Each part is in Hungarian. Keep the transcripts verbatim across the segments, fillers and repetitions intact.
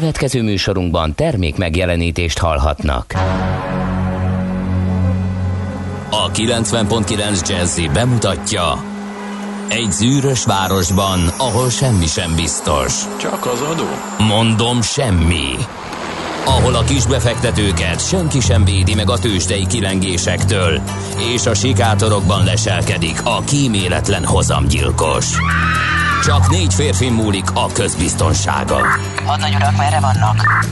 Következő műsorunkban termék megjelenítést hallhatnak. A kilencven pont kilenc Jazzy bemutatja: egy zűrös városban, ahol semmi sem biztos. Csak az adó? Mondom, semmi. Ahol a kisbefektetőket senki sem védi meg a tőzsdei kilengésektől, és a sikátorokban leselkedik a kíméletlen hozamgyilkos. Csak négy férfi múlik a közbiztonsága. Hadnagy urak, merre vannak?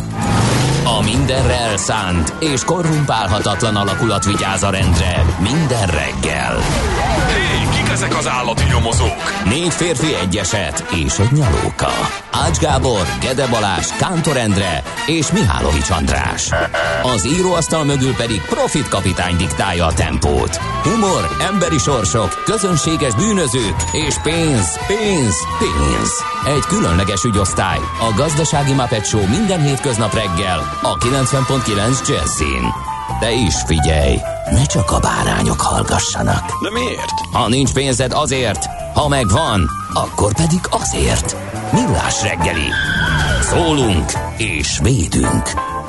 A mindenre elszánt és korrumpálhatatlan alakulat vigyáz a rendre minden reggel. Hé, kik ezek az állati nyomozók? Négy férfi, egy eset és egy nyalóka. Ács Gábor, Gede Balázs, Kántor Endre és Mihálovics András. Az íróasztal mögül pedig Profit kapitány diktálja a tempót. Humor, emberi sorsok, közönséges bűnözők és pénz, pénz, pénz. Egy különleges ügyosztály, a Gazdasági Muppet Show minden hétköznap reggel a kilencven pont kilenc Jazzin. De is figyelj, ne csak a bárányok hallgassanak. De miért? Ha nincs pénzed, azért, ha megvan, akkor pedig azért. Millás reggeli. Szólunk és védünk.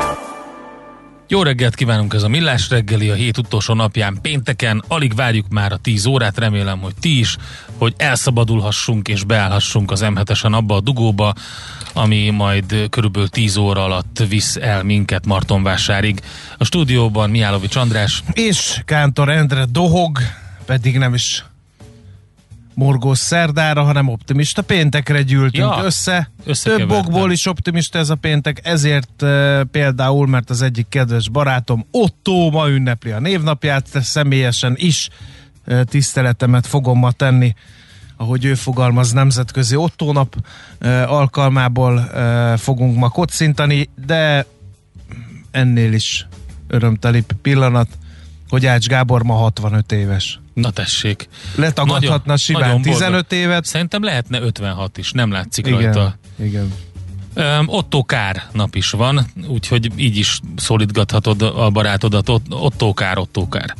Jó reggelt kívánunk, ez a Millás reggeli a hét utolsó napján, pénteken. Alig várjuk már a tíz órát, remélem, hogy ti is, hogy elszabadulhassunk és beállhassunk az em hetesen abba a dugóba, ami majd körülbelül tíz óra alatt visz el minket Martonvásárig. A stúdióban Mihálovics András és Kántor Endre dohog, pedig nem is morgós szerdára, hanem optimista péntekre gyűltünk ja, össze. Több okból is optimista ez a péntek, ezért uh, például, mert az egyik kedves barátom Otto ma ünnepli a névnapját, személyesen is uh, tiszteletemet fogom ma tenni, ahogy ő fogalmaz, nemzetközi Otto nap uh, alkalmából uh, fogunk ma kocintani, de ennél is örömteli pillanat, hogy Ács Gábor ma hatvanöt éves. Na tessék. Letagadhatna simán tizenöt évet. Szerintem lehetne ötvenhat is, nem látszik igen, rajta. Igen. Um, Otto Kár nap is van, úgyhogy így is szólítgathatod a barátodat. Otto Kár, Otto Kár.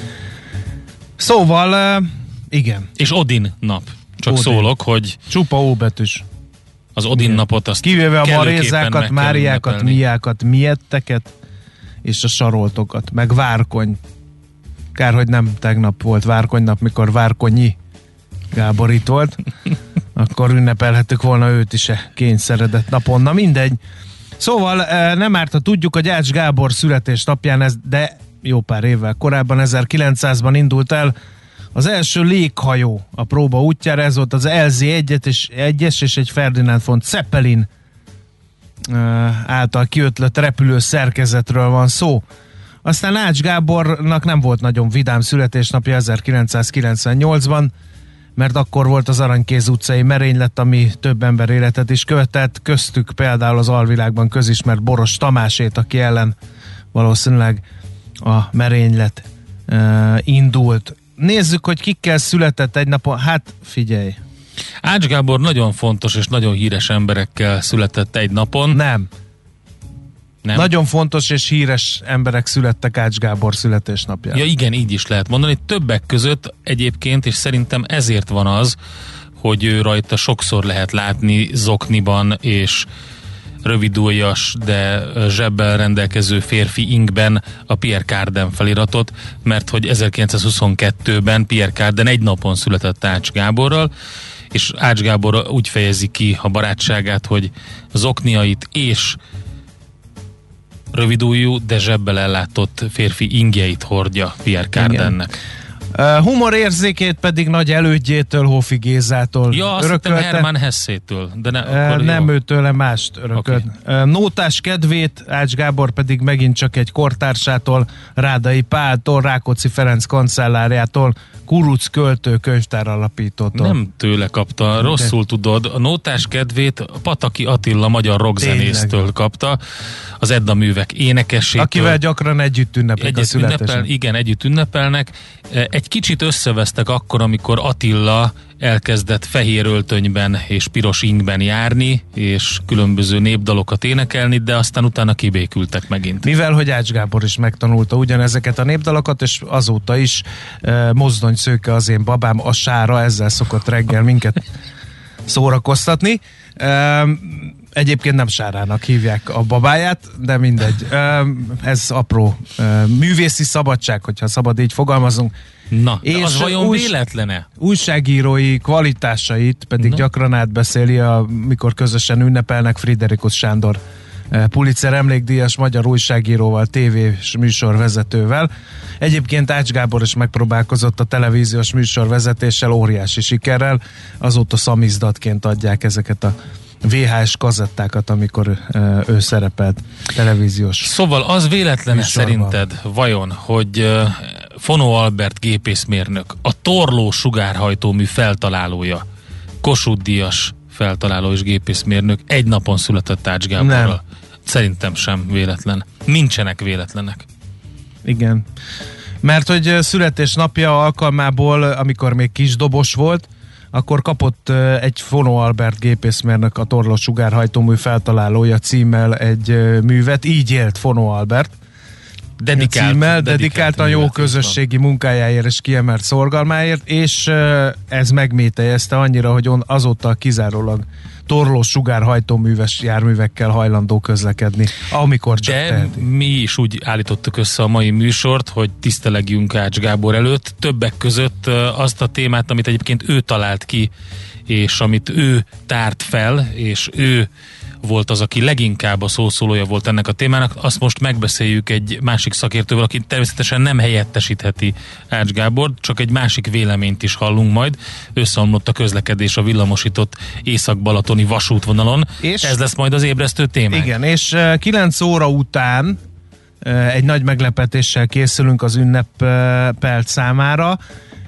Szóval, uh, igen. És Odin nap. Csak Odin. Szólok, hogy csupa óbetűs. Az Odin igen. napot azt kivéve a marézákat, máriákat, miákat, mietteket és a saroltokat, meg Várkony. Kár, hogy nem tegnap volt Várkonynap, mikor Várkonyi Gábor itt volt, akkor ünnepelhettük volna őt is e kényszeredett napon. Na mindegy. Szóval nem árt, ha tudjuk, hogy Ács Gábor születésnapján, ez, de jó pár évvel korábban, ezerkilencszázban indult el az első léghajó a próba útjára, ez volt az el zé egyes és egy Ferdinand von Zeppelin által kiötlött repülő szerkezetről van szó. Aztán Ács Gábornak nem volt nagyon vidám születésnapja ezerkilencszázkilencvennyolcban, mert akkor volt az Aranykéz utcai merénylet, ami több ember életet is követett, köztük például az alvilágban közismert Boros Tamásét, aki ellen valószínűleg a merénylet uh, indult. Nézzük, hogy kikkel született egy napon. Hát figyelj! Ács Gábor nagyon fontos és nagyon híres emberekkel született egy napon. Nem. Nem. Nagyon fontos és híres emberek születtek Ács Gábor születésnapján. Ja igen, így is lehet mondani. Többek között egyébként, és szerintem ezért van az, hogy ő rajta sokszor lehet látni zokniban és rövidújas, de zsebbel rendelkező férfi ingben a Pierre Cardin feliratot, mert hogy ezerkilencszázhuszonkettőben Pierre Cardin egy napon született Ács Gáborral, és Ács Gábor úgy fejezi ki a barátságát, hogy zokniait és rövidújú, de zsebbel ellátott férfi ingjeit hordja Pierre Cardinnek. Uh, humorérzékét pedig nagy elődjétől, Hofi Gézától ja, azt hittem Hermann Hessétől, de ne, uh, akkor nem jó. őtőle mást örökölt. Okay. Uh, nótás kedvét Ács Gábor pedig megint csak egy kortársától, Rádai Páltól, Rákóczi Ferenc kancellárjától, Kuruc költő könyvtár alapítótól. Nem tőle kapta, rosszul de. Tudod. A nótás kedvét Pataki Attila magyar rockzenésztől kapta, az Edda művek énekesétől. Akivel gyakran együtt ünneplik a születésen. Igen, együtt ünnepelnek. Egy kicsit összevesztek akkor, amikor Attila elkezdett fehér öltönyben és piros ingben járni, és különböző népdalokat énekelni, de aztán utána kibékültek megint. Mivel, hogy Ács Gábor is megtanulta ugyanezeket a népdalokat, és azóta is e, mozdonyszőke az én babám, a sára, ezzel szokott reggel minket szórakoztatni. E, Egyébként nem Sárának hívják a babáját, de mindegy. Ez apró művészi szabadság, hogyha szabad így fogalmazunk. Na, és az vajon új, véletlene? Újságírói kvalitásait pedig Na. gyakran átbeszéli, amikor közösen ünnepelnek Friderikus Sándor Pulitzer emlékdíjas magyar újságíróval, tévés műsorvezetővel. Egyébként Ács Gábor is megpróbálkozott a televíziós műsorvezetéssel, óriási sikerrel. Azóta szamizdatként adják ezeket a vé há es kazettákat, amikor ő szerepelt televíziós. Szóval az véletlene szerinted vajon, hogy Fonó Albert gépészmérnök, a torló sugárhajtómű feltalálója, Kossuth Díjas feltaláló és gépészmérnök egy napon született Ács Gáborral? Nem. Szerintem sem véletlen. Nincsenek véletlenek. Igen. Mert hogy születésnapja alkalmából, amikor még kisdobos volt, akkor kapott egy Fonó Albert gépészmérnök, a torló sugárhajtómű feltalálója címmel egy művet. Így élt Fonó Albert. Dedikált, címmel, dedikáltan jó közösségi munkájáért és kiemelt szorgalmáért, és ez megmételjezte annyira, hogy azóta kizárólag torló sugárhajtóműves járművekkel hajlandó közlekedni, amikor csak De teheti. Mi is úgy állítottuk össze a mai műsort, hogy tisztelegjünk Ács Gábor előtt, többek között azt a témát, amit egyébként ő talált ki, és amit ő tárt fel, és ő volt az, aki leginkább a szószólója volt ennek a témának, azt most megbeszéljük egy másik szakértővel, aki természetesen nem helyettesítheti Ács Gábor, csak egy másik véleményt is hallunk majd. Összeomlott a közlekedés a villamosított észak-balatoni vasútvonalon. És ez lesz majd az ébresztő téma. Igen, és kilenc óra után egy nagy meglepetéssel készülünk az ünnepelt számára.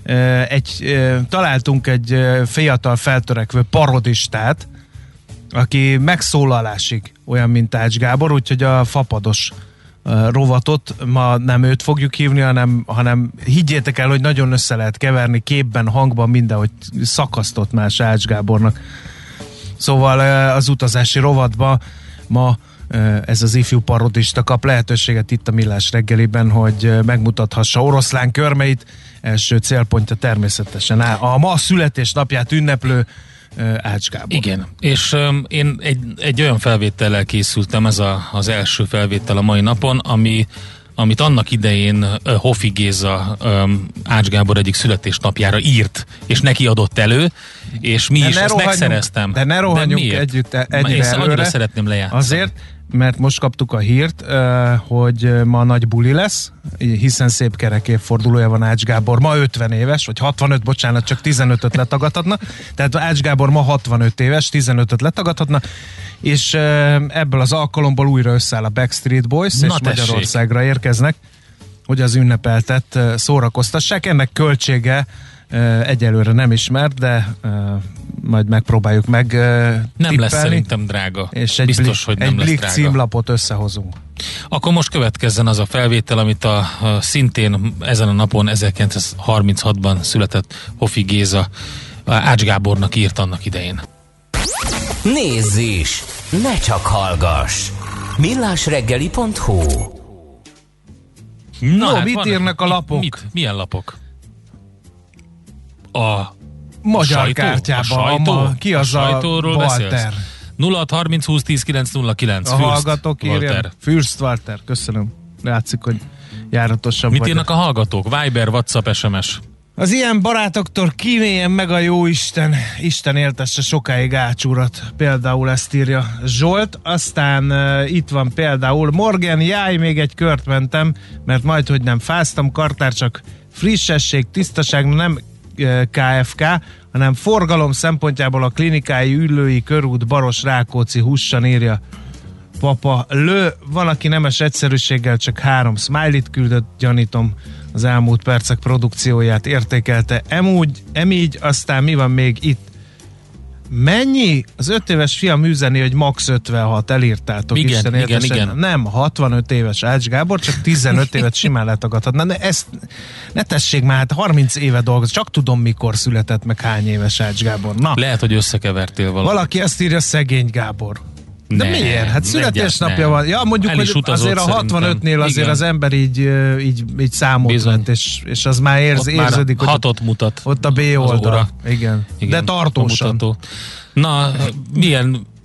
Egy, találtunk egy fiatal feltörekvő parodistát, aki megszólalásig olyan, mint Ács Gábor, úgyhogy a fapados uh, rovatot ma nem őt fogjuk hívni, hanem, hanem higgyétek el, hogy nagyon össze lehet keverni képben, hangban, mindenhogy szakasztott más Ács Gábornak. Szóval uh, az utazási rovatban ma uh, ez az ifjú parodista kap lehetőséget itt a Millás reggeliben, hogy uh, megmutathassa oroszlán körmeit. Első célpontja természetesen a ma születésnapját ünneplő Ács Gábor. Igen, és um, én egy, egy olyan felvétellel készültem, ez a, az első felvétel a mai napon, ami, amit annak idején uh, Hofi Géza um, Ács Gábor egyik születésnapjára írt, és neki adott elő, és mi de is ezt megszereztem. De ne rohanjunk de együtt egyre Én előre. annyira szeretném lejátszani. Azért, mert most kaptuk a hírt, hogy ma nagy buli lesz, hiszen szép kerek évfordulója van Ács Gábor. Ma ötven éves, vagy hatvanöt, bocsánat, csak tizenötöt letagadhatna. Tehát Ács Gábor ma hatvanöt éves, tizenötöt letagadhatna, és ebből az alkalomból újra összeáll a Backstreet Boys, Na és tessék. Magyarországra érkeznek, hogy az ünnepeltet szórakoztassák. Ennek költsége egyelőre nem ismert, de uh, majd megpróbáljuk meg uh, Nem tippelni, lesz szerintem drága. És egy Biztos, blik, hogy nem egy lesz blik drága. címlapot összehozunk. Akkor most következzen az a felvétel, amit a, a szintén ezen a napon ezerkilencszázharminchatban született Hofi Géza Ács Gábornak írt annak idején. Nézz is! Ne csak hallgass! millásreggeli pont hu No, hát mit írnak a lapok? Mit, mit, milyen lapok? A magyar sajtó? kártyában. A sajtó? A, ki az a, a Walter? nulla hat harminc húsz tíz kilenc nulla kilenc. A hallgatók írják. Fürst Walter, köszönöm. Látszik, hogy járatosabb Mit vagy. írnak a hallgatók? Viber, WhatsApp, es em es. Az ilyen barátoktól kívéljen meg a jó Isten, Isten éltesse sokáig Ács urat. Például ezt írja Zsolt. Aztán uh, itt van például Morgan, jaj, még egy kört mentem, mert majd, hogy nem fáztam, kartár csak frissesség, tisztaság, nem uh, ká ef ká, hanem forgalom szempontjából a klinikái Üllői körút Baros Rákóczi hússan, írja Papa Lő. Van, aki nemes egyszerűséggel csak három smiley-t küldött, gyanítom az elmúlt percek produkcióját értékelte. Emúgy, emígy, aztán mi van még itt? Mennyi? Az öt éves fiam üzeni, hogy max ötvenhat, elírtátok. Igen, Isten igen, éltesen. igen. Nem, hatvanöt éves Ács Gábor, csak tizenöt évet simán letagadhatna. Ne, ezt, ne tessék már, hát harminc éve dolgoz. Csak tudom, mikor született, meg hány éves Ács Gábor. Na. Lehet, hogy összekevertél valamit. Valaki ezt írja, szegény Gábor. De nem, miért? Hát születésnapja van. Ja, mondjuk, hogy azért a hatvanötnél azért igen. Az ember így, így, így számolt lett, és, és az már érz, érződik, hogy hatot mutat. Ott a B oldal. Igen. Igen. De tartósan. Na, milyen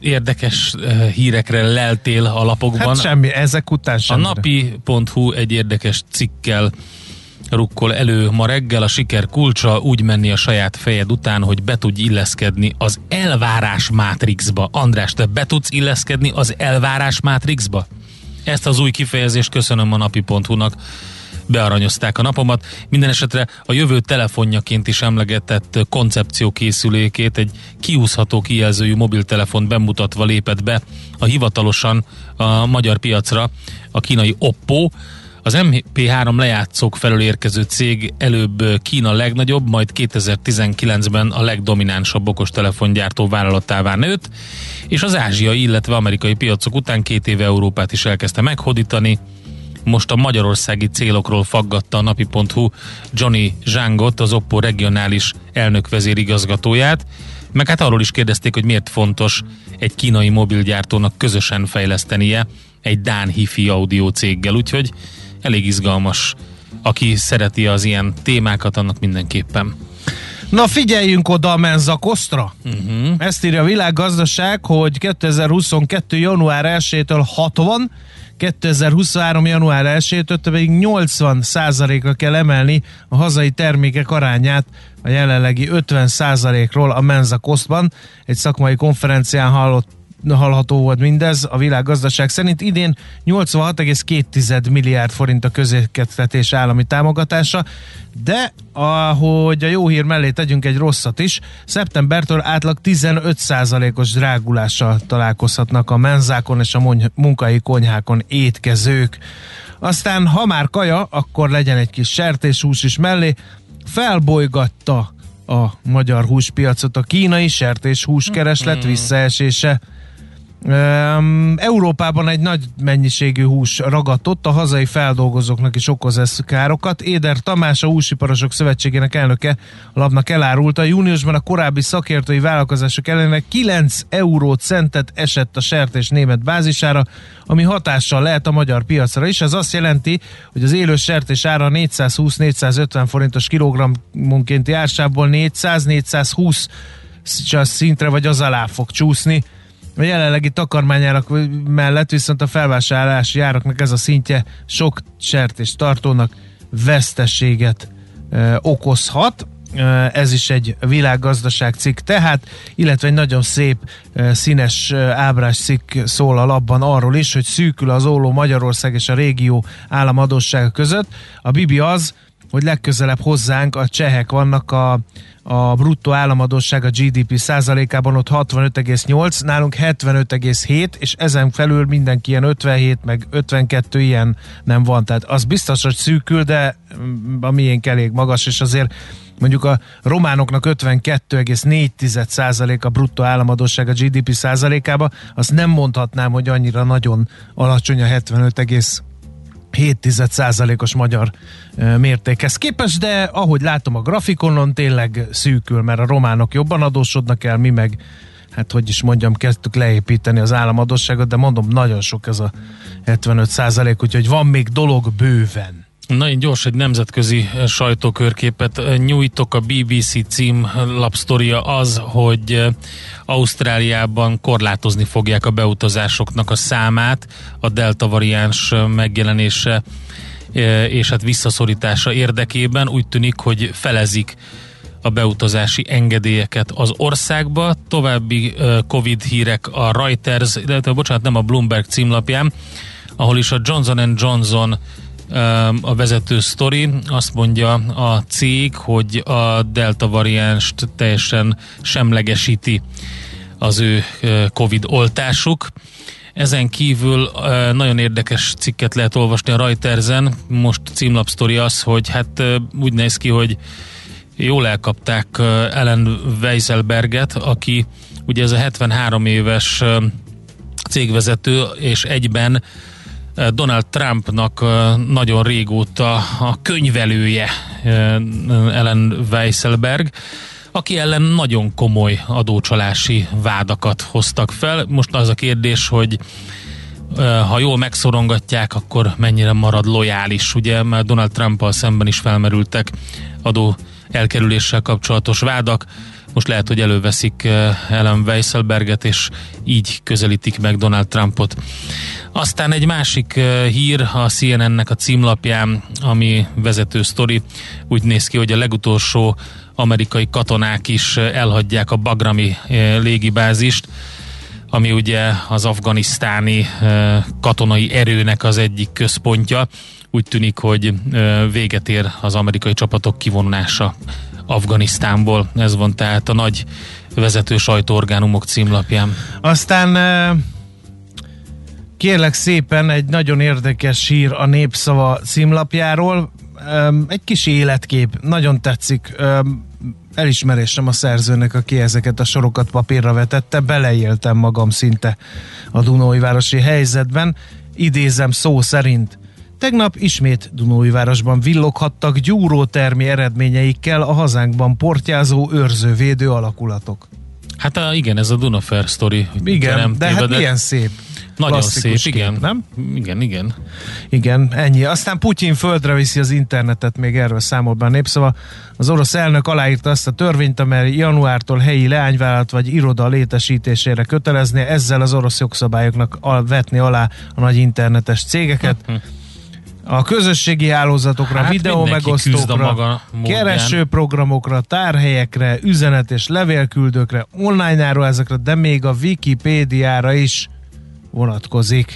érdekes uh, hírekre leltél a lapokban. Hát semmi, ezek után semmi. A napi pont hu egy érdekes cikkel rukkol elő ma reggel. A siker kulcsa úgy menni a saját fejed után, hogy be tudj illeszkedni az elvárás mátrixba. András, te be tudsz illeszkedni az elvárás mátrixba? Ezt az új kifejezést köszönöm a napi pont hu-nak. Bearanyozták a napomat. Minden esetre a jövő telefonjaként is emlegetett koncepciókészülékét, egy kiúszható kijelzőjű mobiltelefont bemutatva lépett be a hivatalosan a magyar piacra a kínai Oppo. Az em pé három lejátszók felől érkező cég előbb Kína legnagyobb, majd kétezer-tizenkilencben a legdominánsabb okostelefongyártó vállalattává nőtt, és az ázsiai, illetve amerikai piacok után két éve Európát is elkezdte meghódítani. Most a magyarországi célokról faggatta a napi pont hu Johnny Zsangot, az Oppo regionális elnök vezérigazgatóját, meg hát arról is kérdezték, hogy miért fontos egy kínai mobilgyártónak közösen fejlesztenie egy dán hi-fi audio céggel, úgyhogy elég izgalmas. Aki szereti az ilyen témákat, annak mindenképpen. Na figyeljünk oda a Menza Kosztra. Uh-huh. Ezt írja a Világgazdaság, hogy kétezer-huszonkettő. január elsejétől hatvan, kétezer-huszonhárom. január elsejétől pedig nyolcvan százalékra kell emelni a hazai termékek arányát a jelenlegi ötven százalékról a Menza Kosztban. Egy szakmai konferencián hallott hallható volt mindez. A Világgazdaság szerint idén nyolcvanhat egész két milliárd forint a közékeztetés állami támogatása, de ahogy a jó hír mellé tegyünk egy rosszat is, szeptembertől átlag tizenöt százalékos drágulással találkozhatnak a menzákon és a munkai konyhákon étkezők. Aztán, ha már kaja, akkor legyen egy kis sertéshús is mellé. Felbolygatta a magyar húspiacot a kínai sertéshús kereslet visszaesése. Um, Európában egy nagy mennyiségű hús ragadtott, a hazai feldolgozóknak is okoz ez károkat. Éder Tamás, a Húsiparosok Szövetségének elnöke a lapnak elárulta, júniusban a korábbi szakértői vállalkozások ellenére kilenc eurócentet esett a sertés német bázisára, ami hatással lehet a magyar piacra is. Ez azt jelenti, hogy az élő sertés ára négyszázhúsz-négyszázötven forintos kilogrammonkénti ársából négyszáz-négyszázhúsz szintre vagy az alá fog csúszni. A jelenlegi takarmányárak mellett viszont a felvásárlási áraknak ez a szintje sok sertés tartónak veszteséget e, okozhat. E, ez is egy Világgazdaság cikk tehát, illetve egy nagyon szép e, színes e, ábrás cikk szól a lapban arról is, hogy szűkül az olló Magyarország és a régió államadóssága között. A bibi az, hogy legközelebb hozzánk a csehek vannak, a, a bruttó államadósság a gé dé pé százalékában ott hatvanöt egész nyolc, nálunk hetvenöt egész hét, és ezen felül mindenki ilyen ötvenhét, meg ötvenkettő ilyen nem van. Tehát az biztos, hogy szűkül, de a miénk elég magas, és azért mondjuk a románoknak ötvenkettő egész négy százalék a bruttó államadósság a gé dé pé százalékába, azt nem mondhatnám, hogy annyira nagyon alacsony a hetvenöt egész hét százalékos magyar e, mértékhez képest, de ahogy látom a grafikonon, tényleg szűkül, mert a románok jobban adósodnak el, mi meg, hát hogy is mondjam, kezdtük leépíteni az államadósságot, de mondom, nagyon sok ez a hetvenöt százalék, úgyhogy van még dolog bőven. Nagyon gyors egy nemzetközi sajtókörképet nyújtok. A bé bé cé cím lapsztoria az, hogy Ausztráliában korlátozni fogják a beutazásoknak a számát a delta variáns megjelenése és hát visszaszorítása érdekében. Úgy tűnik, hogy felezik a beutazási engedélyeket az országba. További Covid hírek a Reuters, de bocsánat, nem a Bloomberg címlapján, ahol is a Johnson and Johnson a vezető sztori. Azt mondja a cég, hogy a delta variánst teljesen semlegesíti az ő Covid oltásuk. Ezen kívül nagyon érdekes cikket lehet olvasni a Reutersen. Most címlapsztori az, hogy hát úgy néz ki, hogy jól elkapták Ellen Weisselberget, aki ugye ez a hetvenhárom éves cégvezető, és egyben Donald Trumpnak nagyon régóta a könyvelője Ellen Weisselberg, aki ellen nagyon komoly adócsalási vádakat hoztak fel. Most az a kérdés, hogy ha jól megszorongatják, akkor mennyire marad lojális, ugye, mert Donald Trumppal szemben is felmerültek adó elkerüléssel kapcsolatos vádak. most lehet, hogy előveszik Ellen Weisselberget, és így közelítik meg Donald Trumpot. Aztán egy másik hír a C N N-nek a címlapján, ami vezető sztori. Úgy néz ki, hogy a legutolsó amerikai katonák is elhagyják a Bagrami légibázist, ami ugye az afganisztáni katonai erőnek az egyik központja. Úgy tűnik, hogy véget ér az amerikai csapatok kivonulása Afganisztánból. Ez van tehát a nagy vezető sajtóorgánumok címlapján. Aztán kérlek szépen egy nagyon érdekes hír a Népszava címlapjáról. Egy kis életkép, nagyon tetszik. Elismerésem a szerzőnek, aki ezeket a sorokat papírra vetette. Beleéltem magam szinte a Dunaújvárosi helyzetben. Idézem szó szerint: tegnap ismét Dunaújvárosban villoghattak gyúrótermi eredményeikkel a hazánkban portyázó őrzővédő alakulatok. Hát a, igen, ez a Dunafer sztori. Igen, nem de hát milyen szép. Nagyon szép, kép, igen. Nem? Igen, igen. Igen, ennyi. Aztán Putyin földre viszi az internetet, még erről számol be a Népszava. Az orosz elnök aláírta azt a törvényt, amely januártól helyi leányvállalat vagy iroda létesítésére kötelezni, ezzel az orosz jogszabályoknak vetni alá a nagy internetes cégeket. A közösségi hálózatokra, hát videó megosztókra, keresőprogramokra, tárhelyekre, üzenet és levélküldőkre, online áruházakra, de még a Wikipédiára is vonatkozik.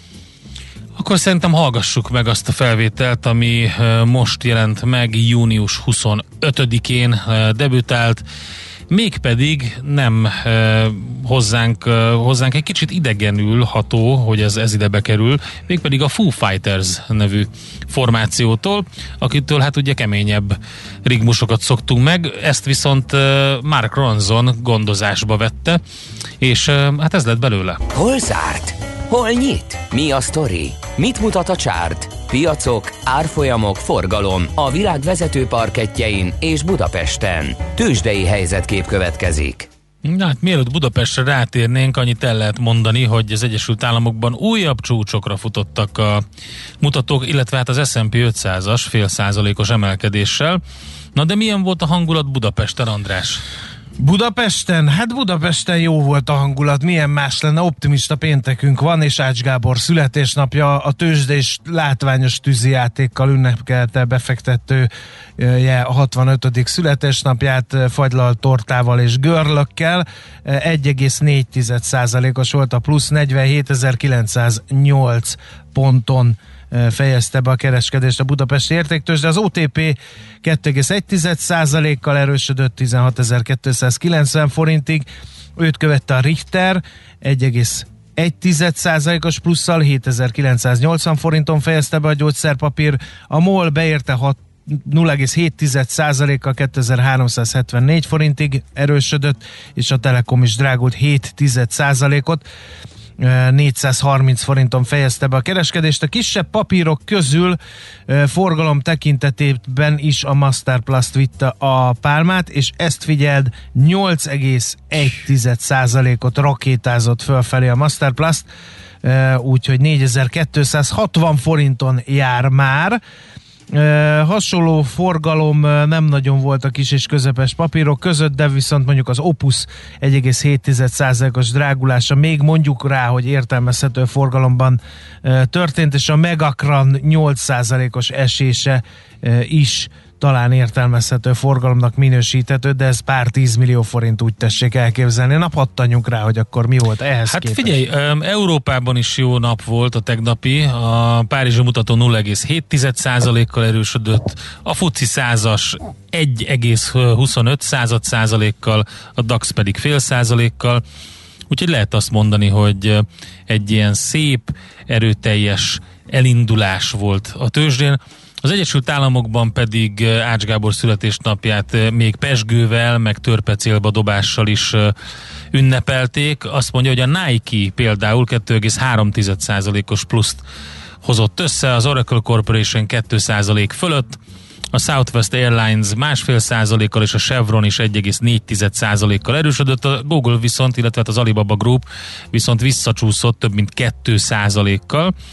Akkor szerintem hallgassuk meg azt a felvételt, ami most jelent meg, június huszonötödikén debütált, mégpedig nem eh, hozzánk, eh, hozzánk egy kicsit idegenül ható, hogy ez, ez ide bekerül, mégpedig a Foo Fighters nevű formációtól, akitől hát ugye keményebb rigmusokat szoktunk meg, ezt viszont eh, Mark Ronson gondozásba vette, és eh, hát ez lett belőle. Hol zárt? Hol nyit? Mi a sztori? Mit mutat a csárt? Piacok, árfolyamok, forgalom a világ vezető parkettjein és Budapesten. Tőzsdei helyzetkép következik. Na, hát mielőtt Budapestre rátérnénk, annyit el lehet mondani, hogy az Egyesült Államokban újabb csúcsokra futottak a mutatók, illetve hát az es and pé ötszázas fél százalékos emelkedéssel. Na de milyen volt a hangulat Budapesten, András? Budapesten? Hát Budapesten jó volt a hangulat, milyen más lenne, optimista péntekünk van, és Ács Gábor születésnapja, a tőzsde is látványos tűzijátékkal ünnepkelte befektetője a hatvanötödik születésnapját, fagylalt tortával és görlökkel. egy egész négy százalékos volt a plusz, negyvenhétezer-kilencszáznyolc ponton fejezte be a kereskedést a budapesti értéktőzsde. Az o té pé kettő egész egy százalékkal erősödött tizenhatezer-kétszázkilencven forintig, őt követte a Richter egy egész egy százalékos plusszal hétezer-kilencszáznyolcvan forinton fejezte be a gyógyszerpapír, a MOL beérte nulla egész hét százalékkal kétezer-háromszázhetvennégy forintig erősödött, és a Telekom is drágult hét százalékot, négyszázharminc forinton fejezte be a kereskedést. A kisebb papírok közül forgalom tekintetében is a Masterplast vitte a pálmát, és ezt figyeld, nyolc egész egy százalékot rakétázott fölfelé a Masterplast, úgyhogy négyezer-kétszázhatvan forinton jár már. Uh, hasonló forgalom uh, nem nagyon volt a kis és közepes papírok között, de viszont mondjuk az Opus egy egész hét százalékos drágulása még mondjuk rá, hogy értelmezhető forgalomban uh, történt, és a Megacran nyolc százalékos esése uh, is talán értelmezhető forgalomnak minősíthető, de ez pár tízmillió forint, úgy tessék elképzelni. Na, pattanjunk rá, hogy akkor mi volt ehhez hát képest. Figyelj, Európában is jó nap volt a tegnapi, a Párizsi mutató nulla egész hét százalékkal erősödött, a FUCI százas egy egész huszonöt százalékkal, a DAX pedig fél százalékkal, úgyhogy lehet azt mondani, hogy egy ilyen szép, erőteljes elindulás volt a tőzsdén. Az Egyesült Államokban pedig Ács Gábor születésnapját még pezsgővel, meg törpecélba dobással is ünnepelték. Azt mondja, hogy a Nike például kettő egész három százalékos pluszt hozott össze, az Oracle Corporation két százalék fölött, a Southwest Airlines másfél százalékkal, és a Chevron is egy egész négy százalékkal erősödött, a Google viszont, illetve az Alibaba Group viszont visszacsúszott több mint két százalékkal,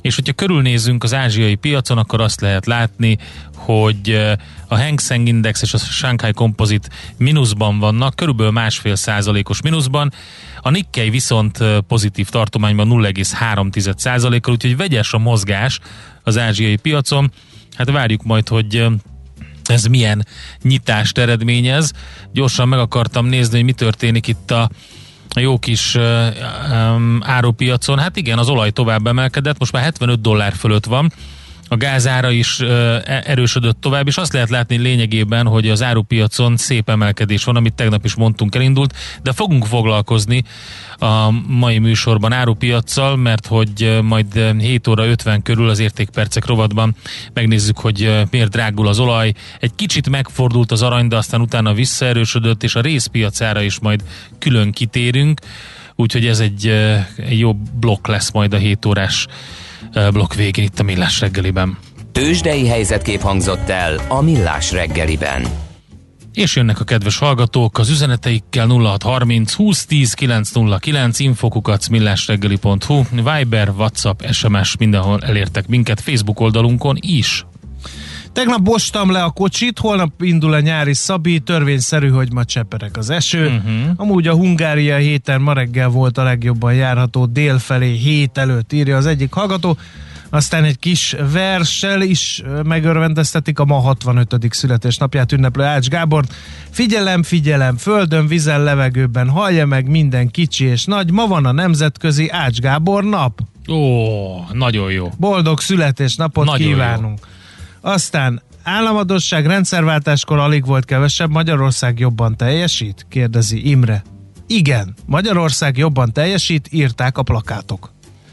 És hogyha körülnézünk az ázsiai piacon, akkor azt lehet látni, hogy a Hang Seng Index és a Shanghai Composite mínuszban vannak, körülbelül másfél százalékos mínuszban, a Nikkei viszont pozitív tartományban nulla egész három százalékkal, úgyhogy vegyes a mozgás az ázsiai piacon. Hát várjuk majd, hogy ez milyen nyitást eredményez. Gyorsan meg akartam nézni, hogy mi történik itt a jó kis uh, um, árupiacon. Hát igen, az olaj tovább emelkedett, most már hetvenöt dollár fölött van. A gázára is uh, erősödött tovább, és azt lehet látni lényegében, hogy az árupiacon szép emelkedés van, amit tegnap is mondtunk, elindult, de fogunk foglalkozni a mai műsorban árupiaccal, mert hogy majd hét óra ötven körül az értékpercek rovatban megnézzük, hogy miért drágul az olaj. Egy kicsit megfordult az arany, de aztán utána visszaerősödött, és a részpiacára is majd külön kitérünk, úgyhogy ez egy, egy jó blokk lesz majd a hét órás blokk végén itt a Millás reggeliben. Tőzsdei helyzetkép hangzott el a Millás reggeliben. És jönnek a kedves hallgatók az üzeneteikkel nulla hat harminc húsz tíz kilenc nulla kilenc, infokukac millásreggeli pont hu, Viber, WhatsApp, es em es, mindenhol elértek minket, Facebook oldalunkon is. Tegnap bostam le a kocsit, holnap indul a nyári szabi, törvényszerű, hogy ma cseperek az eső. Uh-huh. Amúgy a Hungária héten ma reggel volt a legjobban járható, délfelé hét előtt, írja az egyik hallgató. Aztán egy kis verssel is megörvendeztetik a ma hatvanötödik születésnapját ünneplő Ács Gábort. Figyelem, figyelem, földön, vízen, levegőben, hallja meg minden kicsi és nagy, ma van a nemzetközi Ács Gábor nap. Ó, nagyon jó. Boldog születésnapot nagyon kívánunk. Jó. Aztán államadosság, rendszerváltáskor alig volt kevesebb, Magyarország jobban teljesít? Kérdezi Imre. Igen, Magyarország jobban teljesít, írták a plakátok.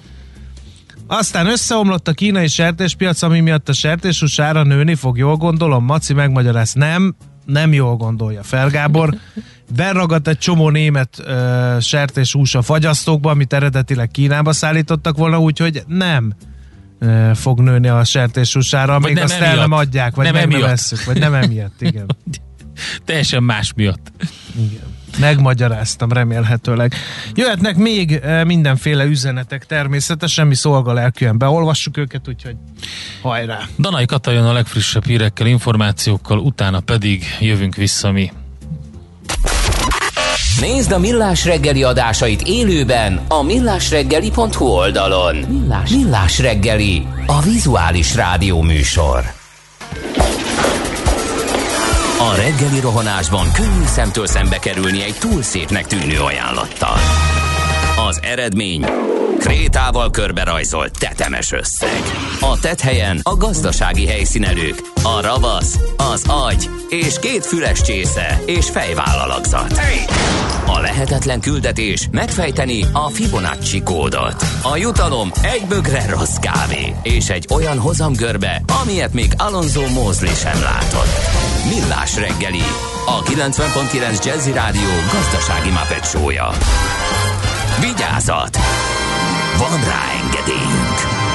Aztán összeomlott a kínai sertéspiac, ami miatt a sertéshús ára nőni fog, jól gondolom? Maci megmagyaráz. Nem, nem jól gondolja fel Gábor. Beragadt egy csomó német ö, sertéshús a fagyasztókba, amit eredetileg Kínába szállítottak volna, úgyhogy nem ö, fog nőni a sertéshús ára, még azt emiatt. El nem adják, vagy nem meg nem vesszük, vagy nem emiatt, igen. Teljesen más miatt. Igen. Megmagyaráztam remélhetőleg. Jöhetnek még e, mindenféle üzenetek természetesen, mi szolgalelkűen beolvassuk őket, úgyhogy hajrá! Danai Kata jön a legfrissebb hírekkel, információkkal, utána pedig jövünk vissza mi. Nézd a Millás reggeli adásait élőben a millásreggeli pont hu oldalon. Millás, Millás reggeli, a vizuális rádió műsor. A reggeli rohanásban könnyű szemtől szembe kerülni egy túl szépnek tűnő ajánlattal. Az eredmény krétával körberajzolt tetemes összeg. A tetthelyen a gazdasági helyszínelők, a ravasz, az agy és két füles csésze és fejvállalakzat. A lehetetlen küldetés megfejteni a Fibonacci kódot. A jutalom egy bögre rossz kávé és egy olyan hozamgörbe, amilyet még Alonso Mosley sem látott. Millás reggeli, a kilencven pont kilenc Jazzy Rádió gazdasági Muppet show-ja. Vigyázat! Van rá engedélyünk!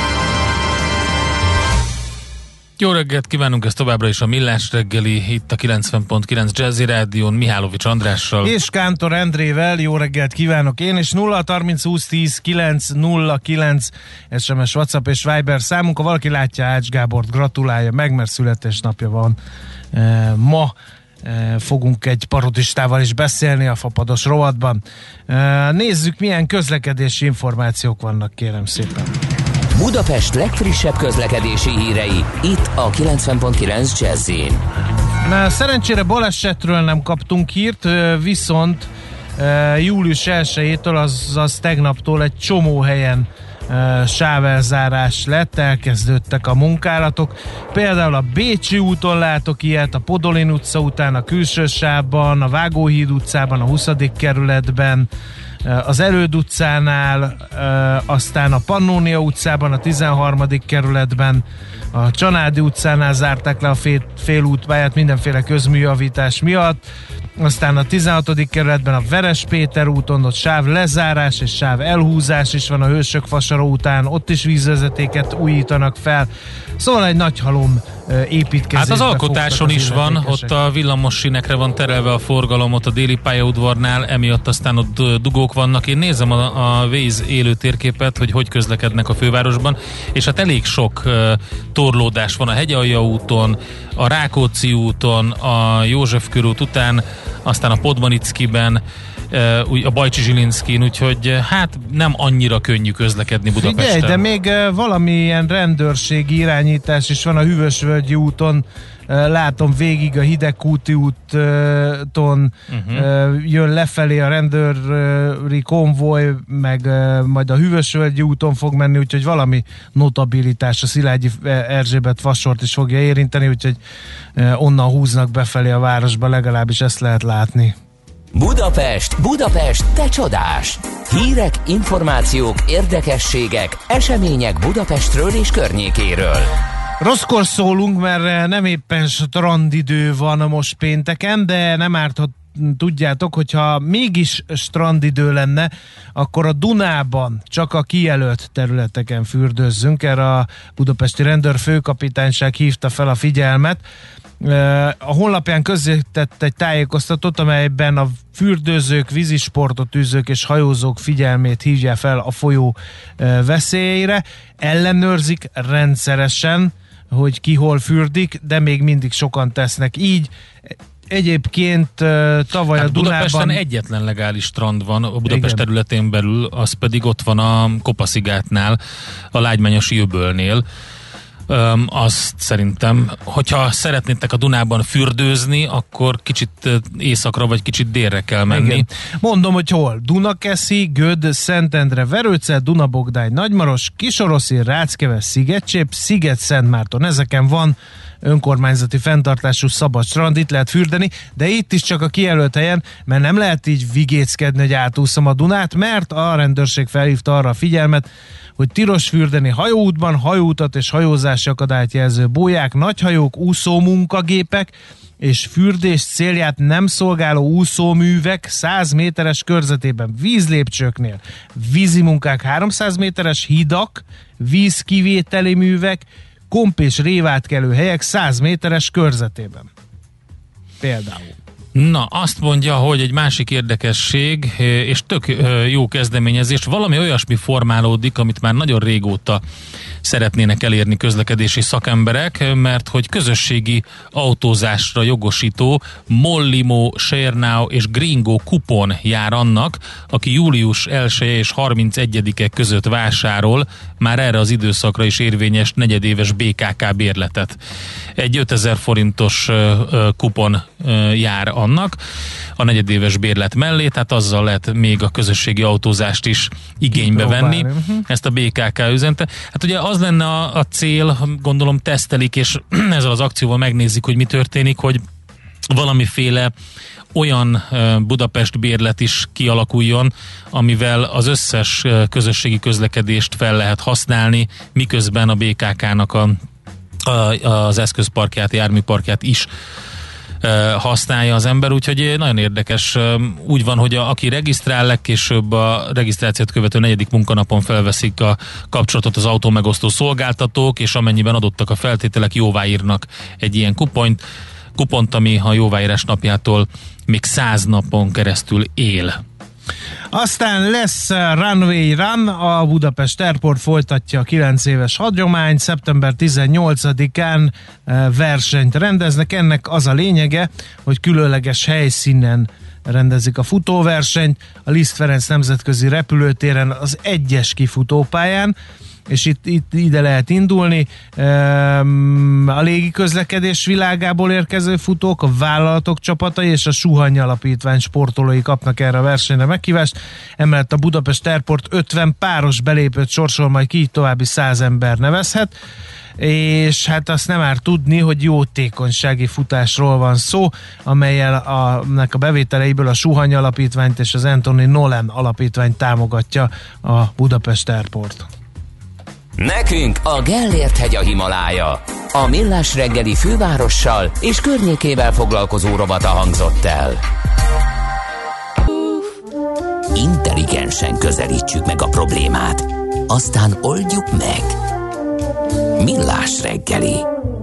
Jó reggelt kívánunk, ez továbbra is a Millás reggeli, itt a kilencven pont kilenc Jazzy Rádión, Mihálovics Andrással. És Kántor Endrével, jó reggelt kívánok én, és nulla harminc húsz tíz kilenc nulla kilenc es em es, WhatsApp és Viber számunk, ha valaki látja Ács Gábort, gratulálja meg, mert születésnapja van e, ma. Fogunk egy parodistával is beszélni a fapados rovatban. Nézzük, milyen közlekedési információk vannak, kérem szépen. Budapest legfrissebb közlekedési hírei, itt a kilencven pont kilenc Jazzyn. Na, szerencsére balesetről nem kaptunk hírt, viszont július elsejétől, azaz tegnaptól egy csomó helyen sávelzárás lett, elkezdődtek a munkálatok. Például a Bécsi úton látok ilyet, a Podolin utca után a külső sávban, a Vágóhíd utcában, a huszadik kerületben, az Előd utcánál, aztán a Pannónia utcában, a tizenharmadik kerületben, a Csanádi utcánál zárták le a fél, félútpályát mindenféle közműjavítás miatt. aztán a tizenhatodik kerületben a Veres Péter úton ott sáv lezárás és sáv elhúzás is van a Hősök fasara után, ott is vízvezetéket újítanak fel, szóval egy nagy halom építkezésbe. Hát az alkotáson is van, ott a villamos sínekre van terelve a forgalom, ott a déli pályaudvarnál, emiatt aztán ott dugók vannak. Én nézem a, a Waze élő térképet, hogy hogy közlekednek a fővárosban, és hát elég sok uh, torlódás van a Hegyalja úton, a Rákóczi úton, a József körút után, aztán a Podmanickiben, a Bajcsi Zsilinszkin, úgyhogy hát nem annyira könnyű közlekedni Budapesten. Figyelj, de még valamilyen rendőrségi irányítás is van a Hűvösvölgyi úton, látom végig a Hidegkúti úton uh-huh. jön lefelé a rendőri konvoj, meg majd a Hűvösvölgyi úton fog menni, úgyhogy valami notabilitás a Szilágyi Erzsébet Vassort is fogja érinteni, úgyhogy onnan húznak befelé a városba, legalábbis ezt lehet látni. Budapest, Budapest, te csodás! Hírek, információk, érdekességek, események Budapestről és környékéről. Rosszkor szólunk, mert nem éppen strandidő van most pénteken, de nem árt, ha tudjátok, hogyha mégis strandidő lenne, akkor a Dunában csak a kijelölt területeken fürdőzzünk. Erre a budapesti rendőrfőkapitányság hívta fel a figyelmet. A honlapján közzétett egy tájékoztatót, amelyben a fürdőzők, vízisportot űzők és hajózók figyelmét hívja fel a folyó veszélyeire. Ellenőrzik rendszeresen, hogy ki hol fürdik, de még mindig sokan tesznek így. Egyébként tavaly hát a Dunában... Budapesten egyetlen legális strand van a Budapest igen. területén belül, az pedig ott van a Kopaszigátnál, a Lágymányosi öbölnél. Um, azt szerintem, hogyha szeretnétek a Dunában fürdőzni, akkor kicsit északra vagy kicsit délre kell menni. Igen. Mondom, hogy hol. Dunakeszi, Göd, Szentendre, Verőce, Dunabogdány, Nagymaros, Kisoroszi, Ráckeves, Szigetcsép, Sziget-Szentmárton. Ezeken van önkormányzati fenntartású szabad strand, itt lehet fürdeni, de itt is csak a kijelölt helyen, mert nem lehet így vigéckedni, hogy átúszom a Dunát, mert a rendőrség felhívta arra a figyelmet, hogy tilos fürdeni hajóútban, hajóutat és hajózási akadályt jelző bóják, nagyhajók, úszómunkagépek és fürdés célját nem szolgáló úszóművek száz méteres körzetében, vízlépcsőknél, vízimunkák háromszáz méteres hidak, vízkivételi művek, komp- és révátkelő helyek száz méteres körzetében. Például. Na, azt mondja, hogy egy másik érdekesség, és tök jó kezdeményezés, valami olyasmi formálódik, amit már nagyon régóta szeretnének elérni közlekedési szakemberek, mert hogy közösségi autózásra jogosító Mollimo, ShareNow és Gringo kupon jár annak, aki július elseje és harmincegyedike között vásárol már erre az időszakra is érvényes negyedéves bé ká ká bérletet. Egy ötezer forintos kupon jár annak a negyedéves bérlet mellé, tehát azzal lehet még a közösségi autózást is igénybe venni. Uh-huh. Ezt a bé ká ká üzente. Hát ugye az lenne a, a cél, gondolom tesztelik, és ezzel az akcióval megnézik, hogy mi történik, hogy valamiféle olyan Budapest bérlet is kialakuljon, amivel az összes közösségi közlekedést fel lehet használni, miközben a bé ká ká-nak a, a, az eszközparkját, járműparkját is használja az ember, úgyhogy nagyon érdekes. Úgy van, hogy a, aki regisztrál, legkésőbb a regisztrációt követő negyedik munkanapon felveszik a kapcsolatot az autómegosztó szolgáltatók, és amennyiben adottak a feltételek, jóváírnak egy ilyen kupont, kupont, ami a jóváírás napjától még száz napon keresztül él. Aztán lesz Runway Run, a Budapest Airport folytatja a kilenc éves hagyományt, szeptember tizennyolcadikán versenyt rendeznek, ennek az a lényege, hogy különleges helyszínen rendezik a futóversenyt, a Liszt Ferenc nemzetközi repülőtéren az egyes kifutópályán, és itt, itt ide lehet indulni. A légiközlekedés világából érkező futók, a vállalatok csapatai és a Suhany Alapítvány sportolói kapnak erre a versenyre meghívást. Emellett a Budapest Airport ötven páros belépőt sorsol majd ki, további száz ember nevezhet. És hát azt nem árt tudni, hogy jótékonysági futásról van szó, amellyel a, a bevételeiből a Suhany Alapítványt és az Anthony Nolan Alapítvány támogatja a Budapest Airport. Nekünk a Gellért hegy a Himalája. A Millás reggeli fővárossal és környékével foglalkozó rovata hangzott el. Intelligensen közelítsük meg a problémát, aztán oldjuk meg. Millás reggeli.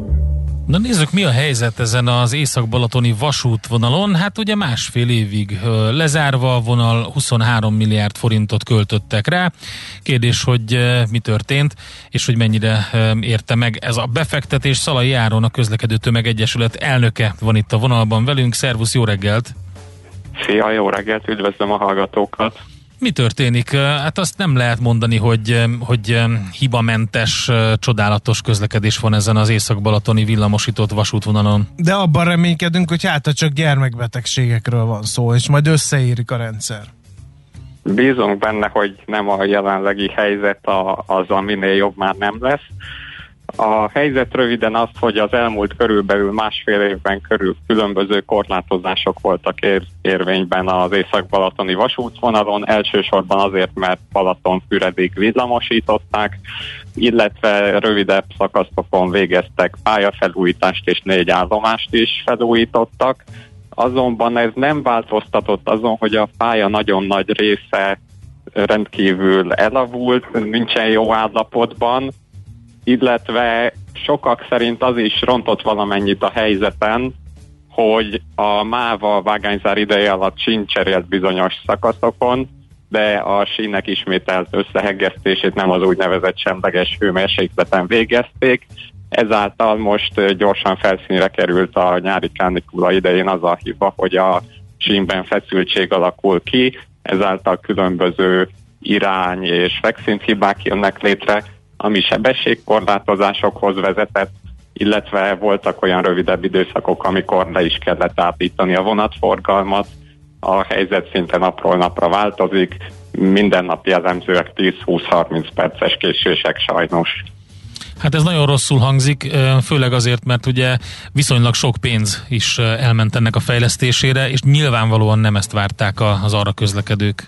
Na nézzük, mi a helyzet ezen az észak-balatoni vasútvonalon. Hát ugye másfél évig lezárva a vonal, huszonhárom milliárd forintot költöttek rá. Kérdés, hogy mi történt, és hogy mennyire érte meg ez a befektetés. Szalai Áron, a Közlekedő Tömegegyesület elnöke van itt a vonalban velünk. Szervusz, jó reggelt! Szia, jó reggelt, üdvözlöm a hallgatókat! Mi történik? Hát azt nem lehet mondani, hogy, hogy hibamentes, csodálatos közlekedés van ezen az észak-balatoni villamosított vasútvonalon. De abban reménykedünk, hogy hát csak gyermekbetegségekről van szó, és majd összeérik a rendszer. Bízunk benne, hogy nem a jelenlegi helyzet az, aminél jobb már nem lesz. A helyzet röviden az, hogy az elmúlt körülbelül másfél évben körül különböző korlátozások voltak ér- érvényben az észak-balatoni vasútvonalon, elsősorban azért, mert Balatonfüredig villamosították, illetve rövidebb szakaszokon végeztek pályafelújítást és négy állomást is felújítottak. Azonban ez nem változtatott azon, hogy a pálya nagyon nagy része rendkívül elavult, nincsen jó állapotban, illetve sokak szerint az is rontott valamennyit a helyzeten, hogy a MÁVA vágányzár ideje alatt sín cserélt bizonyos szakaszokon, de a sínek ismételt összehegesztését nem az úgynevezett semleges hőmérsékleten végezték. Ezáltal most gyorsan felszínre került a nyári kánikula idején az a hiba, hogy a sínben feszültség alakul ki, ezáltal különböző irány és fekszinthibák jönnek létre, ami sebességkorlátozásokhoz vezetett, illetve voltak olyan rövidebb időszakok, amikor le is kellett állítani a vonatforgalmat. A helyzet szinte napról napra változik, mindennapi jellemzőek tíz-húsz-harminc perces késések sajnos. Hát ez nagyon rosszul hangzik, főleg azért, mert ugye viszonylag sok pénz is elment ennek a fejlesztésére, és nyilvánvalóan nem ezt várták az arra közlekedők.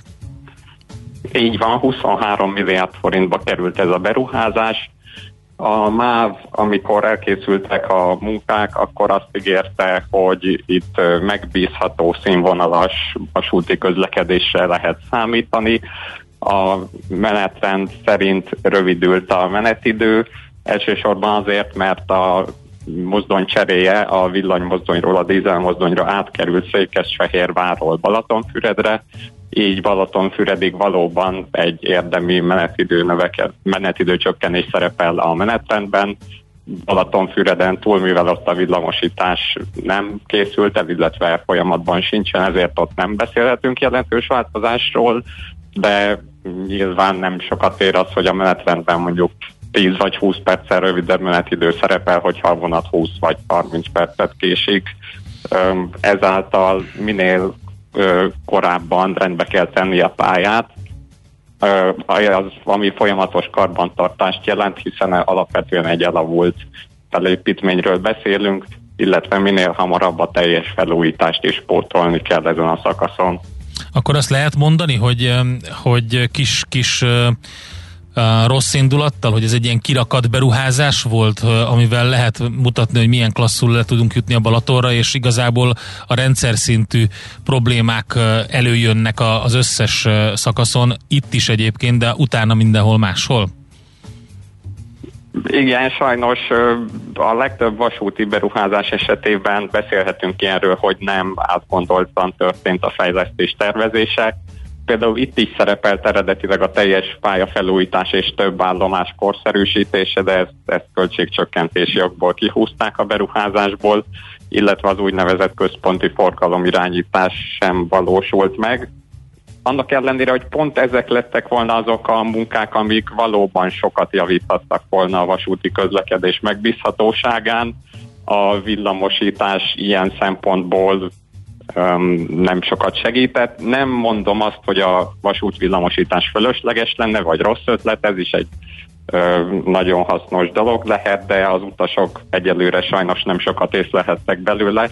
Így van, huszonhárom milliárd forintba került ez a beruházás. A MÁV, amikor elkészültek a munkák, akkor azt ígérte, hogy itt megbízható színvonalas vasúti közlekedésre lehet számítani. A menetrend szerint rövidült a menetidő, elsősorban azért, mert a mozdony cseréje a villanymozdonyról a dízelmozdonyra átkerült Székesfehérvárról Balatonfüredre, így Balatonfüredig valóban egy érdemi menetidő, növeked, menetidő csökkenés szerepel a menetrendben. Balatonfüreden túl, mivel ott a villamosítás nem készült el, illetve folyamatban sincsen, ezért ott nem beszélhetünk jelentős változásról, de nyilván nem sokat ér az, hogy a menetrendben mondjuk tíz vagy húsz perccel rövidebb menetidő szerepel, hogyha a vonat húsz vagy harminc percet késik. Ezáltal minél korábban rendbe kell tenni a pályát, az, ami folyamatos karbantartást jelent, hiszen alapvetően egy elavult felépítményről beszélünk, illetve minél hamarabb a teljes felújítást is pótolni kell ezen a szakaszon. Akkor azt lehet mondani, hogy, hogy kis, kis uh, rossz indulattal, hogy ez egy ilyen kirakat beruházás volt, uh, amivel lehet mutatni, hogy milyen klasszul le tudunk jutni a Balatonra, és igazából a rendszer szintű problémák uh, előjönnek a, az összes uh, szakaszon, itt is egyébként, de utána mindenhol máshol? Igen, sajnos a legtöbb vasúti beruházás esetében beszélhetünk ilyenről, hogy nem átgondoltan történt a fejlesztés tervezése. Például itt is szerepelt eredetileg a teljes pályafelújítás és több állomás korszerűsítése, de ezt, ezt költségcsökkentési okból kihúzták a beruházásból, illetve az úgynevezett központi forgalomirányítás sem valósult meg. Annak ellenére, hogy pont ezek lettek volna azok a munkák, amik valóban sokat javíthattak volna a vasúti közlekedés megbízhatóságán. A villamosítás ilyen szempontból um, nem sokat segített. Nem mondom azt, hogy a vasút villamosítás fölösleges lenne, vagy rossz ötlet, ez is egy uh, nagyon hasznos dolog lehet, de az utasok egyelőre sajnos nem sokat észlelhettek belőle.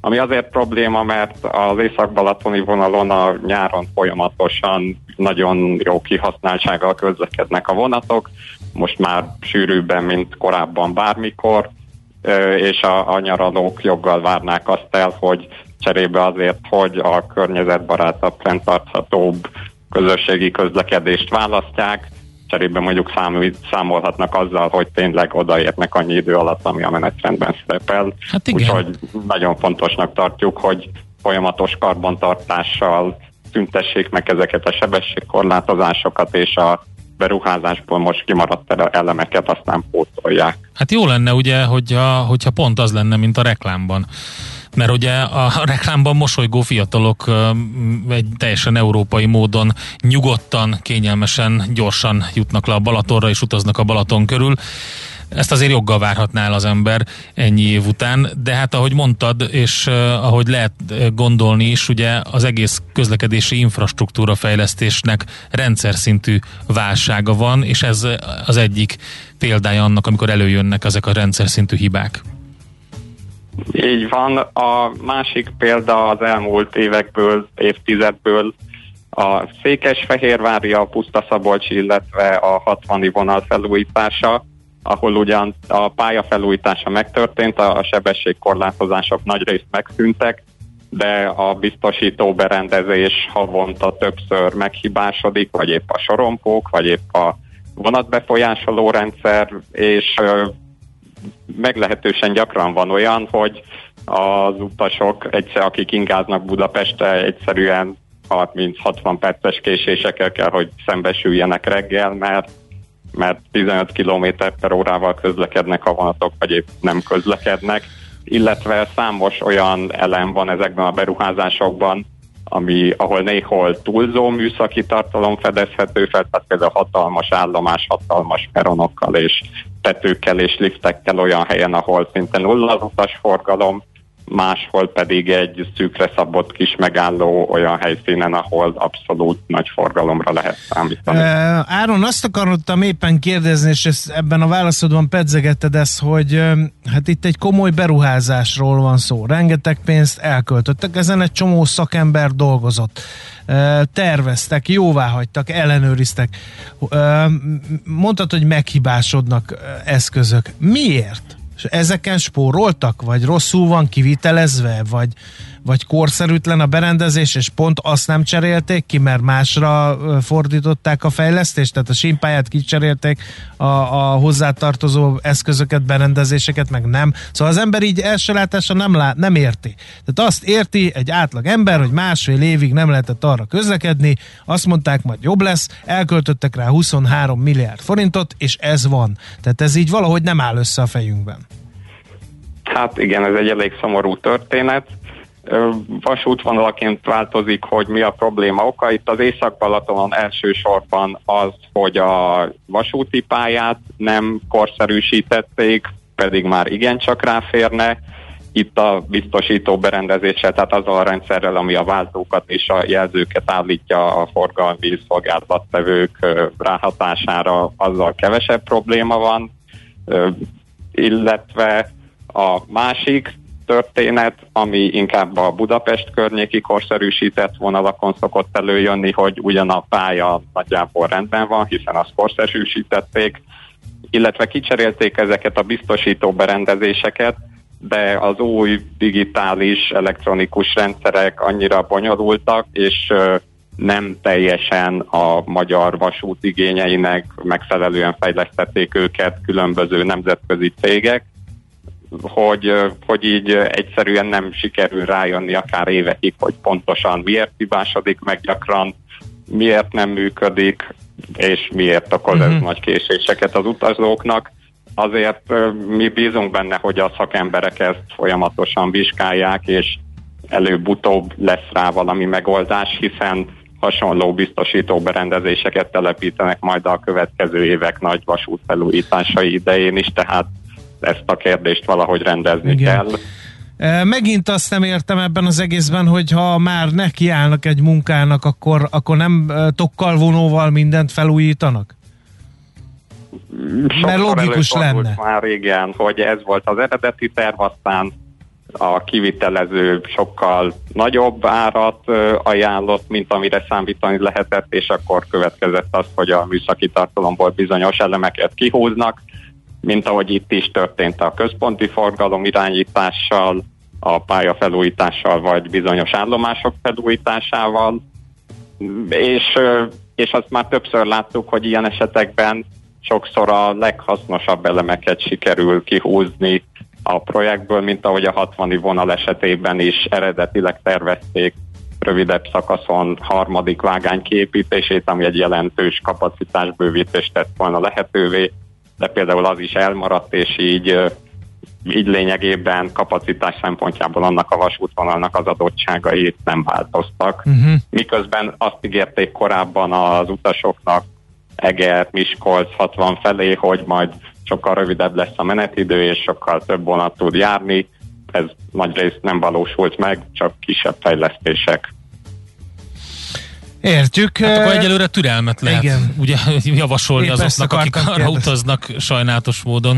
ami azért probléma, mert az észak-balatoni vonalon a nyáron folyamatosan nagyon jó kihasználtsággal közlekednek a vonatok, most már sűrűbben, mint korábban bármikor, és a, a nyaralók joggal várnák azt el, hogy cserébe azért, hogy a környezetbarátabb, fenntarthatóbb közösségi közlekedést választják, cserébe mondjuk számít, számolhatnak azzal, hogy tényleg odaérnek annyi idő alatt, ami a menetrendben szerepel. Hát úgyhogy nagyon fontosnak tartjuk, hogy folyamatos karbantartással szüntessék meg ezeket a sebességkorlátozásokat, és a beruházásból most kimaradt elemeket aztán pótolják. Hát jó lenne ugye, hogyha, hogyha pont az lenne, mint a reklámban. Mert ugye a reklámban mosolygó fiatalok egy teljesen európai módon nyugodtan, kényelmesen, gyorsan jutnak le a Balatonra és utaznak a Balaton körül. Ezt azért joggal várhatná el az ember ennyi év után, de hát ahogy mondtad, és uh, ahogy lehet gondolni is, ugye az egész közlekedési infrastruktúra fejlesztésnek rendszer szintű válsága van, és ez az egyik példája annak, amikor előjönnek ezek a rendszer szintű hibák. Így van. A másik példa az elmúlt évekből, évtizedből a Székesfehérvári, a Puszta-Szabolcsi, illetve a hatvani vonal felújítása, ahol ugyan a pálya felújítása megtörtént, a sebességkorlátozások nagyrészt megszűntek, de a biztosító berendezés havonta többször meghibásodik, vagy épp a sorompók, vagy épp a vonatbefolyásoló rendszer, és meglehetősen gyakran van olyan, hogy az utasok, egyszer, akik ingáznak Budapestre, egyszerűen harminc-hatvan perces késésekkel kell, hogy szembesüljenek reggel, mert, mert tizenöt kilométer per órával közlekednek a vonatok, vagy épp nem közlekednek, illetve számos olyan elem van ezekben a beruházásokban, ami, ahol néhol túlzó műszaki tartalom fedezhető fel, tehát például hatalmas állomás, hatalmas peronokkal és tetőkkel és liftekkel olyan helyen, ahol szinte nulla az utasforgalom, máshol pedig egy szűkre szabott kis megálló olyan helyszínen, ahol abszolút nagy forgalomra lehet számítani. Uh, Áron, azt akartam éppen kérdezni, és ezt ebben a válaszodban pedzegetted ezt, hogy uh, hát itt egy komoly beruházásról van szó. Rengeteg pénzt elköltöttek, ezen egy csomó szakember dolgozott. Uh, terveztek, jóváhagytak, ellenőriztek. Uh, mondtad, hogy meghibásodnak uh, eszközök. Miért? És ezeken spóroltak? Vagy rosszul van kivitelezve? Vagy, vagy korszerűtlen a berendezés, és pont azt nem cserélték ki, mert másra fordították a fejlesztést? Tehát a sínpályát kicserélték, a, a hozzátartozó eszközöket, berendezéseket meg nem. Szóval az ember így első látásra nem, lát, nem érti. Tehát azt érti egy átlag ember, hogy másfél évig nem lehetett arra közlekedni, azt mondták, majd jobb lesz, elköltöttek rá huszonhárom milliárd forintot, és ez van. Tehát ez így valahogy nem áll össze a fejünkben. Hát igen, ez egy elég szomorú történet. Vasútvonalaként változik, hogy mi a probléma oka. Itt az Észak-Balatonon elsősorban az, hogy a vasúti pályát nem korszerűsítették, pedig már igencsak ráférne. Itt a biztosító berendezéssel, tehát azzal a rendszerrel, ami a váltókat és a jelzőket állítja a forgalmi szolgáltatvevők ráhatására, azzal kevesebb probléma van, illetve a másik történet, ami inkább a Budapest környéki korszerűsített vonalakon szokott előjönni, hogy ugyan a pálya nagyjából rendben van, hiszen azt korszerűsítették, illetve kicserélték ezeket a biztosító berendezéseket, de az új digitális, elektronikus rendszerek annyira bonyolultak, és nem teljesen a magyar vasút igényeinek megfelelően fejlesztették őket különböző nemzetközi cégek, hogy, hogy így egyszerűen nem sikerül rájönni akár évekig, hogy pontosan miért hibásodik meg gyakran, miért nem működik, és miért okoz ez uh-huh. nagy késéseket az utazóknak. Azért mi bízunk benne, hogy a szakemberek ezt folyamatosan vizsgálják, és előbb-utóbb lesz rá valami megoldás, hiszen hasonló biztosító berendezéseket telepítenek majd a következő évek nagy vasútfelújításai idején is, tehát ezt a kérdést valahogy rendezni Igen. kell. Megint azt nem értem ebben az egészben, hogy ha már nekiállnak egy munkának, akkor, akkor nem tokkal vonóval mindent felújítanak? Sokszor Mert logikus lenne. Már igen, hogy ez volt az eredeti terv, aztán a kivitelező sokkal nagyobb árat ajánlott, mint amire számítani lehetett, és akkor következett az, hogy a műszaki tartalomból bizonyos elemeket kihúznak, mint ahogy itt is történt a központi forgalom irányítással, a pályafelújítással, vagy bizonyos állomások felújításával, és, és azt már többször láttuk, hogy ilyen esetekben sokszor a leghasznosabb elemeket sikerül kihúzni a projektből, mint ahogy a hatvani vonal esetében is eredetileg tervezték rövidebb szakaszon harmadik vágány kiépítését, ami egy jelentős kapacitásbővítést tett volna lehetővé, de például az is elmaradt, és így, így lényegében kapacitás szempontjából annak a vasútvonalnak az adottságai nem változtak. Uh-huh. Miközben azt ígérték korábban az utasoknak Eger, Miskolc, hatvan felé, hogy majd sokkal rövidebb lesz a menetidő, és sokkal több vonat tud járni. Ez nagyrészt nem valósult meg, csak kisebb fejlesztések. Értjük. Hát akkor egyelőre türelmet lehet igen. ugye javasolni Épp azoknak, akik arra kérdez. utaznak sajnálatos módon.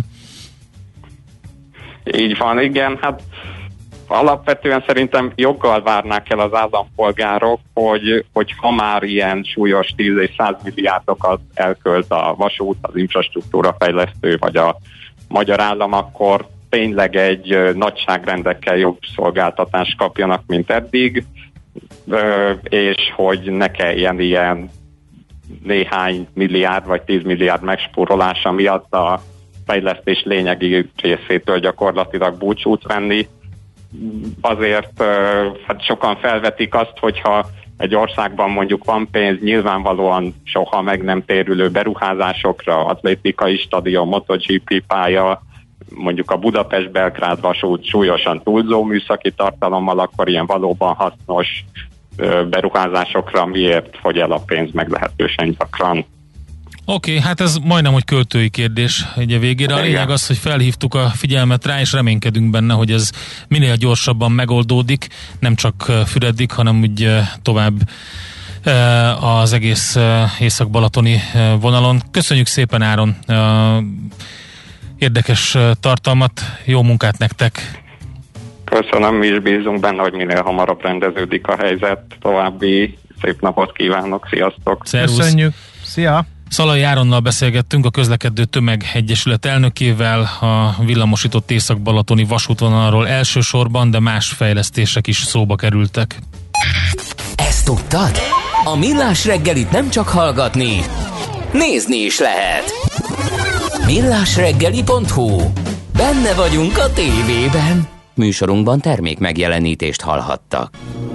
Így van, igen. Hát alapvetően szerintem joggal várnák el az állampolgárok, hogy, hogy ha már ilyen súlyos tíz és száz milliárdokat elkölt a vasút, az infrastruktúra fejlesztő vagy a magyar állam, akkor tényleg egy nagyságrendekkel jobb szolgáltatást kapjanak, mint eddig, és hogy ne kelljen ilyen néhány milliárd vagy tíz milliárd megspórolása miatt a fejlesztés lényegi részétől gyakorlatilag búcsút venni. Azért hát sokan felvetik azt, hogyha egy országban mondjuk van pénz nyilvánvalóan soha meg nem térülő beruházásokra, atlétikai stadion, MotoGP pálya, mondjuk a Budapest-Belgrád vasút súlyosan túlzó műszaki tartalommal, akkor ilyen valóban hasznos beruházásokra miért fogy el a pénz meglehetősen gyakran. Oké, okay, hát ez majdnem, hogy költői kérdés ugye végére. A lényeg az, hogy felhívtuk a figyelmet rá, és reménykedünk benne, hogy ez minél gyorsabban megoldódik, nem csak Füredig, hanem úgy tovább az egész észak-balatoni vonalon. Köszönjük szépen, Áron, érdekes tartalmat, jó munkát nektek! Köszönöm, mi is bízunk benne, hogy minél hamarabb rendeződik a helyzet. További szép napot kívánok, sziasztok! Szervusz. Köszönjük! Szia! Szalai Áronnal beszélgettünk, a Közlekedő Tömegegyesület elnökével, a villamosított észak-balatoni vasútvonalról elsősorban, de más fejlesztések is szóba kerültek. Ezt tudtad? A Millás reggelit nem csak hallgatni, nézni is lehet. millásreggeli pont hu. Benne vagyunk a tévében. Műsorunkban termék megjelenítést hallhattak.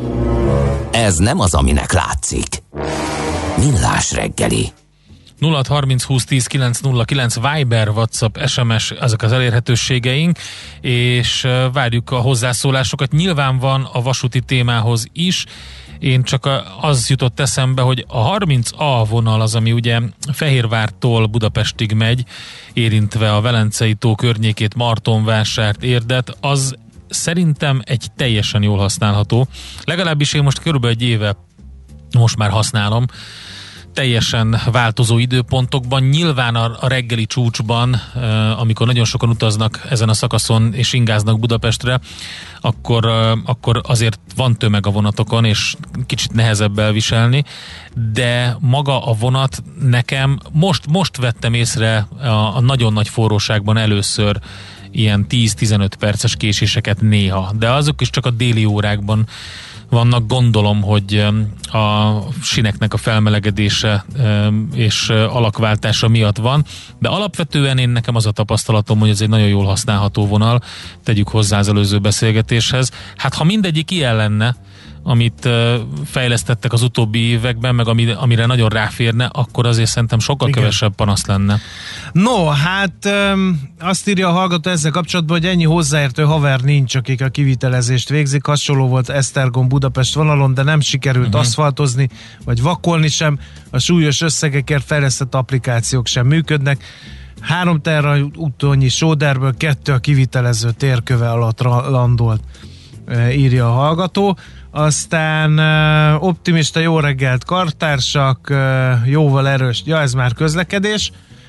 Ez nem az, aminek látszik. Millás reggeli. nulla harminc húsz tíz kilenc nulla kilenc Viber, WhatsApp, es em es, ezek az elérhetőségeink, és várjuk a hozzászólásokat. Nyilván van a vasúti témához is. Én csak az jutott eszembe, hogy a harminc A vonal az, ami ugye Fehérvártól Budapestig megy, érintve a Velencei tó környékét, Martonvásárt, Érdet, az szerintem egy teljesen jól használható. Legalábbis én most körülbelül egy éve most már használom, teljesen változó időpontokban, nyilván a, a reggeli csúcsban, eh, amikor nagyon sokan utaznak ezen a szakaszon és ingáznak Budapestre, akkor, eh, akkor azért van tömeg a vonatokon, és kicsit nehezebb elviselni, de maga a vonat nekem, most, most vettem észre a, a nagyon nagy forróságban először ilyen tíz-tizenöt perces késéseket néha, de azok is csak a déli órákban vannak, gondolom, hogy a sineknek a felmelegedése és alakváltása miatt van, de alapvetően én nekem az a tapasztalatom, hogy ez egy nagyon jól használható vonal, tegyük hozzá az előző beszélgetéshez. Hát ha mindegyik ilyen lenne, amit fejlesztettek az utóbbi években, meg amire nagyon ráférne, akkor azért szerintem sokkal igen, kevesebb panasz lenne. No, hát azt írja a hallgató ezzel kapcsolatban, hogy ennyi hozzáértő haver nincs, akik a kivitelezést végzik. Hasonló volt Esztergom-Budapest vonalon, de nem sikerült uh-huh. aszfaltozni, vagy vakolni sem. A súlyos összegekért fejlesztett applikációk sem működnek. Három terra utónyi sóderből kettő a kivitelező térköve alatt landolt, írja a hallgató. Aztán uh, optimista jó reggelt kartársak, uh, jóval erős, ja ez már közlekedés,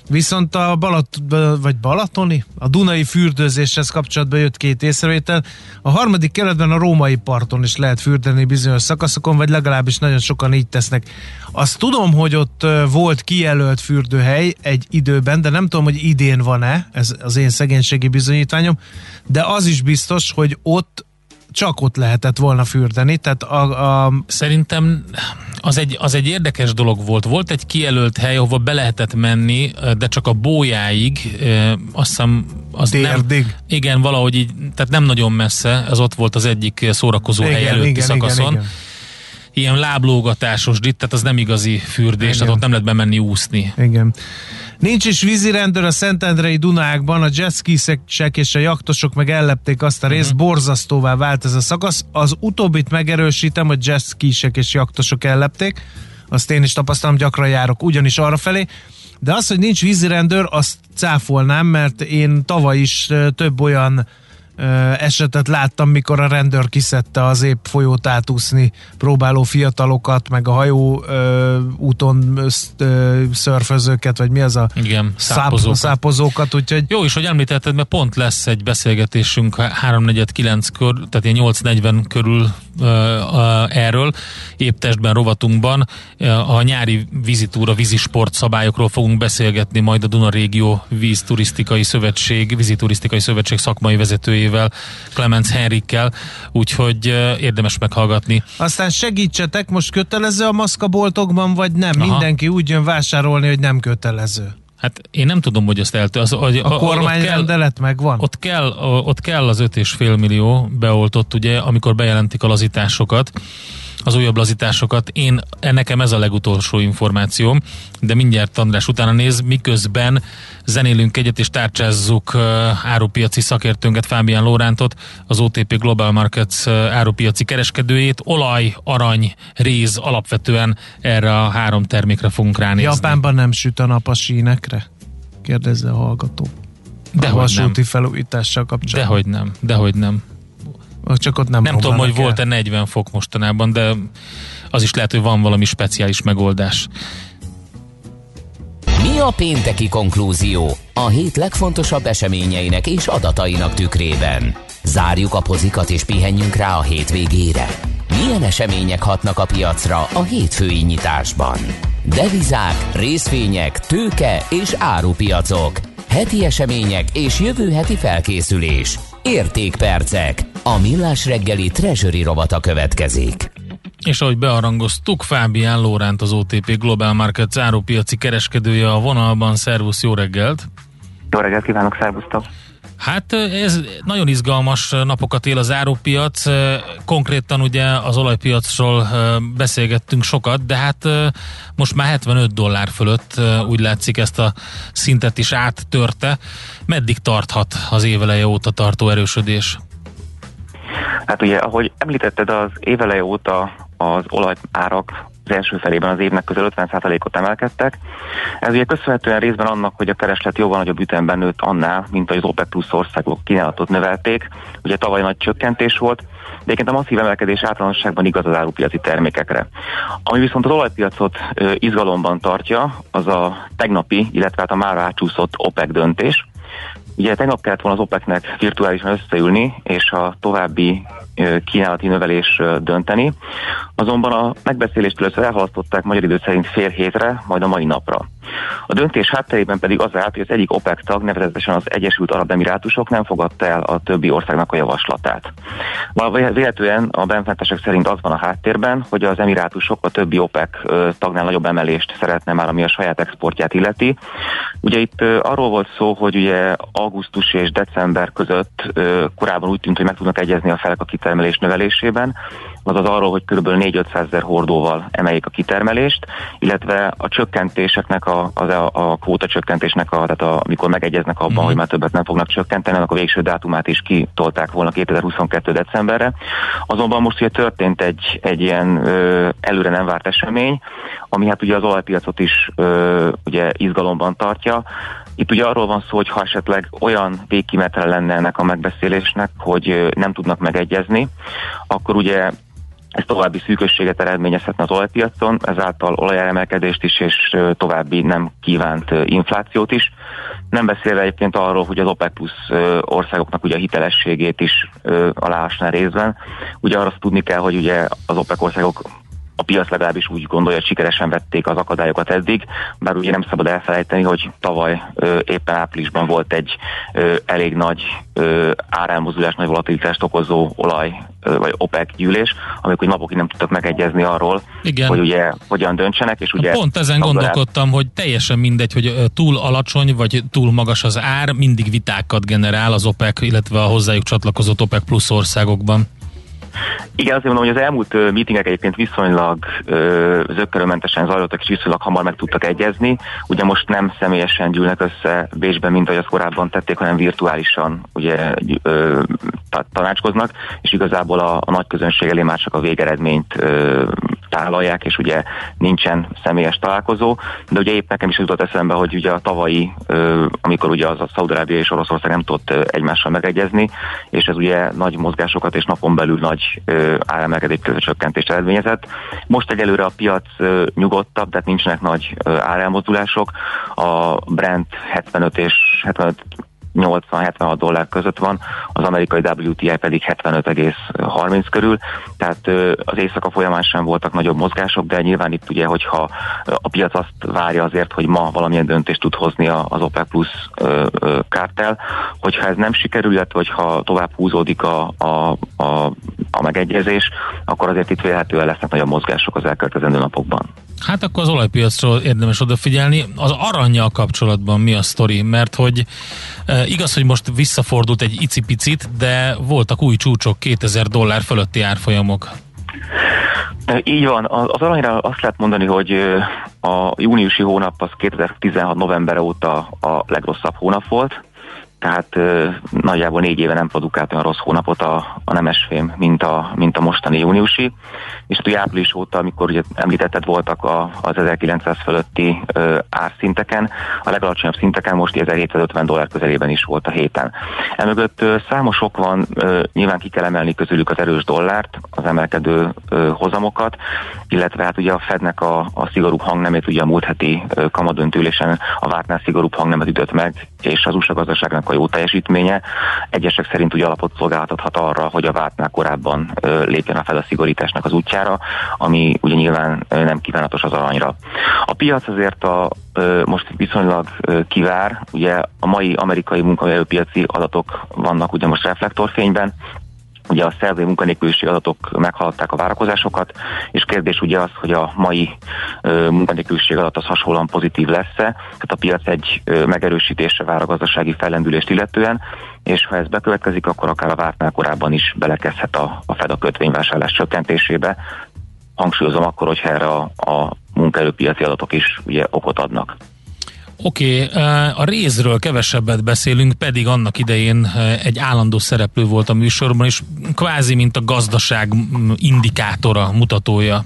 Viszont a Balat, vagy balatoni, a dunai fürdőzéshez kapcsolatban jött két észrevétel. A harmadik kerületben a római parton is lehet fürdeni bizonyos szakaszokon, vagy legalábbis nagyon sokan így tesznek. Azt tudom, hogy ott volt kijelölt fürdőhely egy időben, de nem tudom, hogy idén van-e, ez az én szegénységi bizonyítványom, de az is biztos, hogy ott csak ott lehetett volna fürdeni, tehát a... a... Szerintem az egy, az egy érdekes dolog volt. Volt egy kijelölt hely, ahova be lehetett menni, de csak a bójáig, azt hiszem... Az nem, igen, valahogy így, tehát nem nagyon messze, ez ott volt az egyik szórakozó igen, hely előtti igen, szakaszon. Igen, igen. Ilyen láblógatásos, tehát az nem igazi fürdés, igen. Tehát ott nem lehet bemenni úszni. Igen. Nincs is vízirendőr a Szentendrei Dunákban, a jetskisek és a jachtosok meg ellepték azt a részt, uh-huh. borzasztóvá vált ez a szakasz. Az utóbbit megerősítem, hogy jetskisek és jachtosok ellepték, azt én is tapasztalom, gyakran járok ugyanis arrafelé, de az, hogy nincs vízirendőr, azt cáfolnám, mert én tavaly is több olyan esetet láttam, mikor a rendőr kiszedte az épp folyót átúszni próbáló fiatalokat, meg a hajó ö, úton ö, szörfözőket, vagy mi az a igen, szápozókat. szápozókat, úgyhogy... Jó is, hogy említetted, mert pont lesz egy beszélgetésünk háromnegyed-kilenc kör, tehát ilyen nyolc negyven körül ö, ö, erről, épp testben rovatunkban a nyári vízitúra, vízisport szabályokról fogunk beszélgetni majd a Duna Régió Vízturisztikai Szövetség, Víziturisztikai Szövetség szakmai vezetőjével, Clemens Henrikkel, úgyhogy uh, érdemes meghallgatni. Aztán segítsetek, most kötelező a maszkaboltokban, vagy nem? Aha. Mindenki úgy jön vásárolni, hogy nem kötelező. Hát én nem tudom, hogy azt eltő. Az, hogy a, a kormányrendelet megvan? Ott kell, ott kell az öt és fél millió beoltott, ugye, amikor bejelentik a lazításokat, az újabb lazításokat. Én, nekem ez a legutolsó információm, de mindjárt András utána néz, miközben zenélünk egyet és tárcsázzuk uh, árupiaci szakértőnket, Fábián Lórántot, az o té pé Global Markets uh, árupiaci kereskedőjét. Olaj, arany, réz, alapvetően erre a három termékre fogunk ránézni. Japánban nem süt a nap a sínekre? Kérdezze a hallgató. De a vasúti felújítással kapcsolatban. Dehogy nem, dehogy nem. Csak ott nem nem tudom, hogy el. volt-e negyven fok mostanában, de az is lehet, hogy van valami speciális megoldás. Mi a pénteki konklúzió a hét legfontosabb eseményeinek és adatainak tükrében? Zárjuk a pozikat és pihenjünk rá a hétvégére. Milyen események hatnak a piacra a hétfői nyitásban? Devizák, részvények, tőke és árupiacok. Heti események és jövő heti felkészülés. Értékpercek. A Millás reggeli Treasury rovata következik. És ahogy bearangoztuk, Fábián Lóránt, az o té pé Global Markets árupiaci kereskedője a vonalban. Szervusz, jó reggelt! Jó reggelt kívánok, szervusztok! Hát ez nagyon izgalmas napokat él az árupiac, konkrétan ugye az olajpiacról beszélgettünk sokat, de hát most már hetvenöt dollár fölött úgy látszik ezt a szintet is áttörte. Meddig tarthat az éveleje óta tartó erősödés? Hát ugye, ahogy említetted, az éveleje óta az olajárak az első felében az évnek közel ötven százalékot emelkedtek. Ez ugye köszönhetően részben annak, hogy a kereslet jóval nagyobb ütemben nőtt annál, mint az OPEC plusz országok kínálatot növelték. Ugye tavaly nagy csökkentés volt, de egyébként a masszív emelkedés általánosságban igaz az árupiaci termékekre. Ami viszont az olajpiacot ö, izgalomban tartja, az a tegnapi, illetve hát a már átsúszott OPEC döntés. Ugye tegnap kellett volna az OPEC-nek virtuálisan összeülni, és a további kínálati növelés dönteni. Azonban a megbeszélést először elhalasztották magyar idő szerint fél hétre, majd a mai napra. A döntés hátterében pedig az állt, hogy az egyik OPEC tag, nevezetesen az Egyesült Arab Emirátusok nem fogadta el a többi országnak a javaslatát. Véletlenül a benfentesek szerint az van a háttérben, hogy az Emirátusok a többi OPEC tagnál nagyobb emelést szeretne már, ami a saját exportját illeti. Ugye itt arról volt szó, hogy ugye augusztus és december között korábban úgy tűnt, hogy meg tudnak egyezni a felek a kitermelés növelésében, azaz arról, hogy kb. négy-ötszázezer hordóval emeljék a kitermelést, illetve a csökkentéseknek, a, a, a kvóta csökkentésnek, a, tehát a, amikor megegyeznek abban, mm. hogy már többet nem fognak csökkenteni, annak a végső dátumát is kitolták volna kétezer-huszonkettő decemberre. Azonban most ugye történt egy, egy ilyen ö, előre nem várt esemény, ami hát ugye az olajpiacot is ö, ugye izgalomban tartja. Itt ugye arról van szó, hogy ha esetleg olyan végkimenetel lenne ennek a megbeszélésnek, hogy nem tudnak megegyezni, akkor ugye Ez további szűkösséget eredményezhetne az olajpiacon, ezáltal olajáremelkedést is, és további nem kívánt inflációt is. Nem beszélve egyébként arról, hogy az OPEC plusz országoknak ugye a hitelességét is aláásná részben. Ugye arra tudni kell, hogy ugye az OPEC országok, a piac legalábbis úgy gondolja, hogy sikeresen vették az akadályokat eddig, bár ugye nem szabad elfelejteni, hogy tavaly ö, éppen áprilisban volt egy ö, elég nagy ö, árelmozdulás, nagy volatilitást okozó olaj ö, vagy OPEC gyűlés, amikor napokig nem tudtak megegyezni arról, igen, hogy ugye hogyan döntsenek. És ugye pont ezen gondolkodtam, hogy teljesen mindegy, hogy túl alacsony vagy túl magas az ár, mindig vitákat generál az OPEC, illetve a hozzájuk csatlakozott OPEC plusz országokban. Igen, azért mondom, hogy az elmúlt uh, meetingek egyébként viszonylag uh, zökkenőmentesen zajlottak, és viszonylag hamar meg tudtak egyezni. Ugye most nem személyesen gyűlnek össze Bécsben, mint ahogy azt korábban tették, hanem virtuálisan ugye uh, tanácskoznak, és igazából a, a nagy közönség elé már csak a végeredményt uh, tálalják, és ugye nincsen személyes találkozó. De ugye épp nekem is jutott eszembe, hogy ugye a tavalyi, uh, amikor ugye az a Szaúd-Arábia és Oroszország nem tudott uh, egymással megegyezni, és ez ugye nagy mozgásokat és napon belül nagy áremelkedés csökkentést eredményezett. Most egyelőre a piac uh, nyugodtabb, tehát nincsenek nagy uh, árelmozdulások. A Brent hetvenöt és hetvenöt nyolcvan-hetvenhat dollár között van, az amerikai dupla vé té i pedig hetvenöt egész harminc körül, tehát uh, az éjszaka folyamán sem voltak nagyobb mozgások, de nyilván itt ugye, hogyha a piac azt várja azért, hogy ma valamilyen döntést tud hozni az OPEC plusz uh, uh, kártel, hogyha ez nem sikerül, illetve hogyha tovább húzódik a, a, a, a megegyezés, akkor azért itt vélhetően lesznek nagyobb mozgások az elkövetkezendő napokban. Hát akkor az olajpiacról érdemes odafigyelni. Az arannyal kapcsolatban mi a sztori? Mert hogy e, igaz, hogy most visszafordult egy icipicit, de voltak új csúcsok, kétezer dollár fölötti árfolyamok. Így van. Az aranyra azt lehet mondani, hogy a júniusi hónap az kétezer-tizenhat november óta a legrosszabb hónap volt. Tehát uh, nagyjából négy éve nem produkált olyan rossz hónapot a, a nemesfém, mint a, mint a mostani júniusi. És ugye április óta, amikor ugye említetted, voltak a, az ezerkilencszáz fölötti uh, árszinteken, a legalacsonyabb szinteken most ezerhétszázötven dollár közelében is volt a héten. Emögött uh, számos ok van, uh, nyilván ki kell emelni közülük az erős dollárt, az emelkedő uh, hozamokat, illetve hát ugye a Fednek a, a szigorúbb hangnemét, ugye a múlt heti uh, kamadöntülésen a vártnál szigorúbb hangnemet ütött meg, és az u es á gazdaságnak a jó teljesítménye egyesek szerint ugye alapot szolgáltathat arra, hogy a vártnál korábban ö, lépjen a fel a szigorításnak az útjára, ami ugye nyilván ö, nem kívánatos az aranyra. A piac azért a, ö, most viszonylag ö, kivár, ugye a mai amerikai munkaerőpiaci adatok vannak ugye most reflektorfényben, ugye a szervezői munkanélküliségi adatok meghaladták a várakozásokat, és kérdés ugye az, hogy a mai ö, munkanélküliségi adat az hasonlóan pozitív lesz-e, tehát a piac egy ö, megerősítésre vár a gazdasági fellendülést illetően, és ha ez bekövetkezik, akkor akár a vártnál korábban is belekezdhet a, a Fed a kötvényvásárlás csökkentésébe. Hangsúlyozom akkor, hogyha erre a, a munkaerőpiaci adatok is ugye okot adnak. Oké, okay, a rézről kevesebbet beszélünk, pedig annak idején egy állandó szereplő volt a műsorban, és kvázi mint a gazdaság indikátora, mutatója.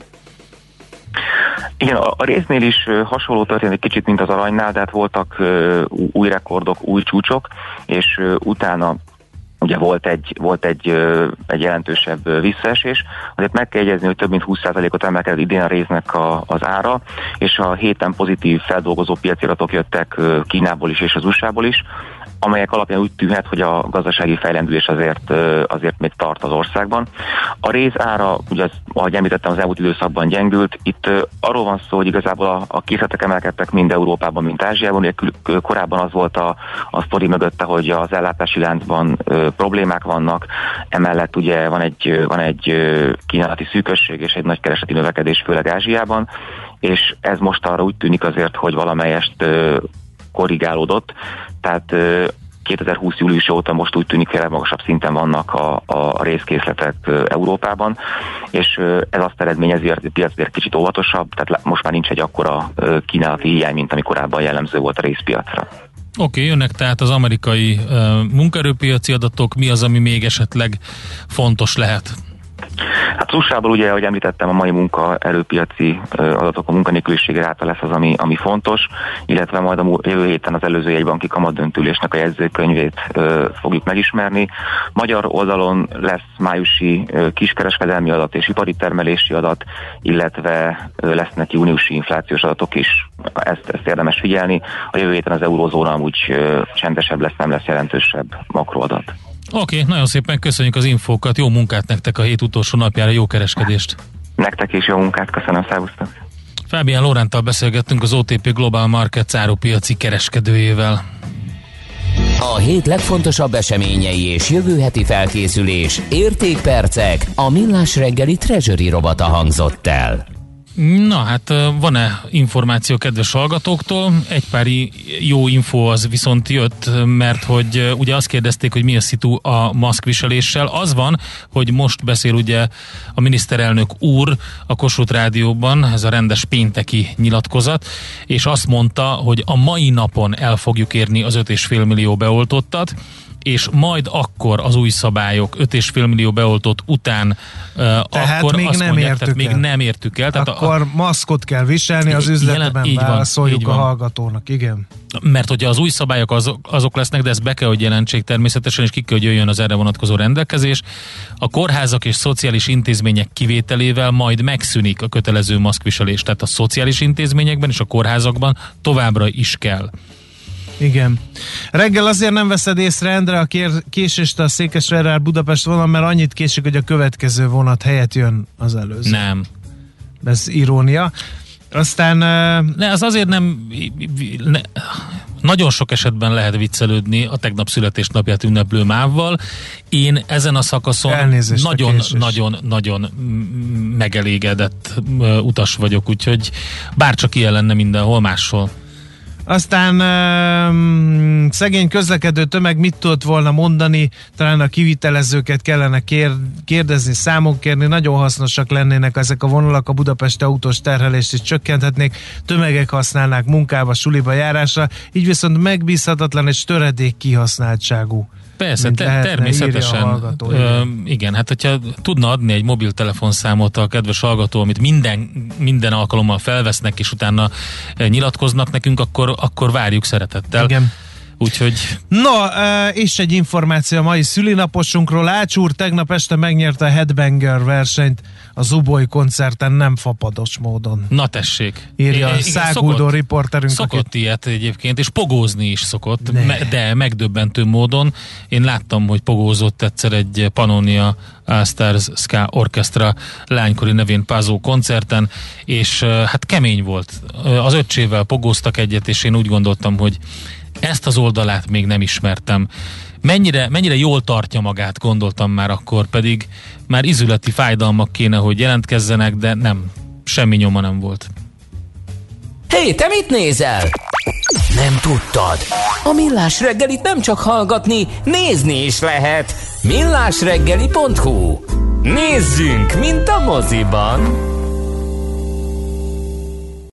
Igen, a, a résznél is hasonló történt egy kicsit, mint az aranynál, de hát voltak uh, új rekordok, új csúcsok, és uh, utána ugye volt egy, volt egy, egy jelentősebb visszaesés. Azért meg kell jegyezni, hogy több mint húsz százalékot emelkedett idén a résznek a, az ára, és a héten pozitív feldolgozó piaci adatok jöttek Kínából is és az u es á-ból is, amelyek alapján úgy tűnhet, hogy a gazdasági fejlendülés azért, azért még tart az országban. A réz ára, ugye, az, ahogy említettem, az elmúlt időszakban gyengült. Itt arról van szó, hogy igazából a, a készletek emelkedtek mind Európában, mind Ázsiában. Ugye korábban az volt a, a sztori mögötte, hogy az ellátási láncban ö, problémák vannak, emellett ugye van egy, van egy ö, kínálati szűkösség és egy nagy keresleti növekedés, főleg Ázsiában, és ez most arra úgy tűnik azért, hogy valamelyest ö, korrigálódott, tehát kétezer-húsz július óta most úgy tűnik, hogy magasabb szinten vannak a, a részkészletek Európában, és ez azt eredményezi, hogy a piac egy kicsit óvatosabb, tehát most már nincs egy akkora kínálati hiány, mint ami korábban jellemző volt a részpiacra. Oké, okay, jönnek tehát az amerikai uh, munkaerőpiaci adatok, mi az, ami még esetleg fontos lehet? Hát az u es á-ból ugye, ahogy említettem, a mai munkaerőpiaci adatok, a munkanélkülisége ráta lesz az, ami, ami fontos, illetve majd a jövő héten az előző jegybanki kamatdöntülésnek a jegyzőkönyvét ö, fogjuk megismerni. Magyar oldalon lesz májusi ö, kiskereskedelmi adat és ipari termelési adat, illetve ö, lesznek júniusi inflációs adatok is. Ezt, ezt érdemes figyelni. A jövő héten az eurózóna amúgy ö, csendesebb lesz, nem lesz jelentősebb makroadat. Oké, okay, nagyon szépen köszönjük az infókat, jó munkát nektek a hét utolsó napjára, jó kereskedést! Nektek is jó munkát, köszönöm, szervusztok! Fábián Lóránttal beszélgettünk, az o té pé Global Markets árupiaci kereskedőjével. A hét legfontosabb eseményei és jövő heti felkészülés, értékpercek, a Millás reggeli Treasury robata hangzott el. Na hát van-e információ kedves hallgatóktól? Egy pár jó info az viszont jött, mert hogy ugye azt kérdezték, hogy mi a szitu a maszkviseléssel. Az van, hogy most beszél ugye a miniszterelnök úr a Kossuth Rádióban, ez a rendes pénteki nyilatkozat, és azt mondta, hogy a mai napon el fogjuk érni az öt és fél millió beoltottat, és majd akkor az új szabályok öt és fél millió beoltott után uh, akkor még azt nem mondják, értük tehát el. még nem értük el. Tehát akkor a, maszkot kell viselni az üzletben, így válaszoljuk van, a hallgatónak, igen. Mert hogyha az új szabályok azok, azok lesznek, de ezt be kell, hogy jelentsék természetesen, és ki kell, hogy jöjjön az erre vonatkozó rendelkezés. A kórházak és szociális intézmények kivételével majd megszűnik a kötelező maszkviselés. Tehát a szociális intézményekben és a kórházakban továbbra is kell. Igen. Reggel azért nem veszed észre, Endre, a kér- késést a Székesfehérvár Budapest vonal, mert annyit késik, hogy a következő vonat helyett jön az előző. Nem. Ez irónia. Aztán... Uh... Ne, az azért nem... Ne, nagyon sok esetben lehet viccelődni a tegnap születésnapját ünneplő mávval. Én ezen a szakaszon nagyon-nagyon-nagyon megelégedett utas vagyok, úgyhogy bárcsak ilyen lenne mindenhol máshol. Aztán uh, szegény közlekedő tömeg mit tudott volna mondani, talán a kivitelezőket kellene kér, kérdezni, számon kérni, nagyon hasznosak lennének ezek a vonalak, a budapesti autós terhelést is csökkenthetnék, tömegek használnák munkába, suliba járásra, így viszont megbízhatatlan és töredék kihasználtságú. Persze, te, természetesen. Ö, igen, hát hogyha tudna adni egy mobiltelefonszámot a kedves hallgató, amit minden, minden alkalommal felvesznek, és utána nyilatkoznak nekünk, akkor, akkor várjuk szeretettel. Igen. Úgyhogy... No, és egy információ a mai szülinaposunkról. Ács úr tegnap este megnyerte a Headbanger versenyt a Zuboly koncerten, nem fapados módon. Na tessék. Írja a Száguldó riporterünk. Szokott aki... ilyet egyébként, és pogózni is szokott, me- de megdöbbentő módon. Én láttam, hogy pogózott egyszer egy Pannonia All Stars Ska Orchestra lánykori nevén Pázó koncerten, és hát kemény volt. Az öccsével pogóztak egyet, és én úgy gondoltam, hogy ezt az oldalát még nem ismertem. Mennyire, mennyire jól tartja magát, gondoltam már akkor, pedig már izületi fájdalmak kéne, hogy jelentkezzenek, de nem, semmi nyoma nem volt. Hé, hey, te mit nézel? Nem tudtad? A Millás reggelit nem csak hallgatni, nézni is lehet. millásreggeli pont hu. Nézzünk, mint a moziban!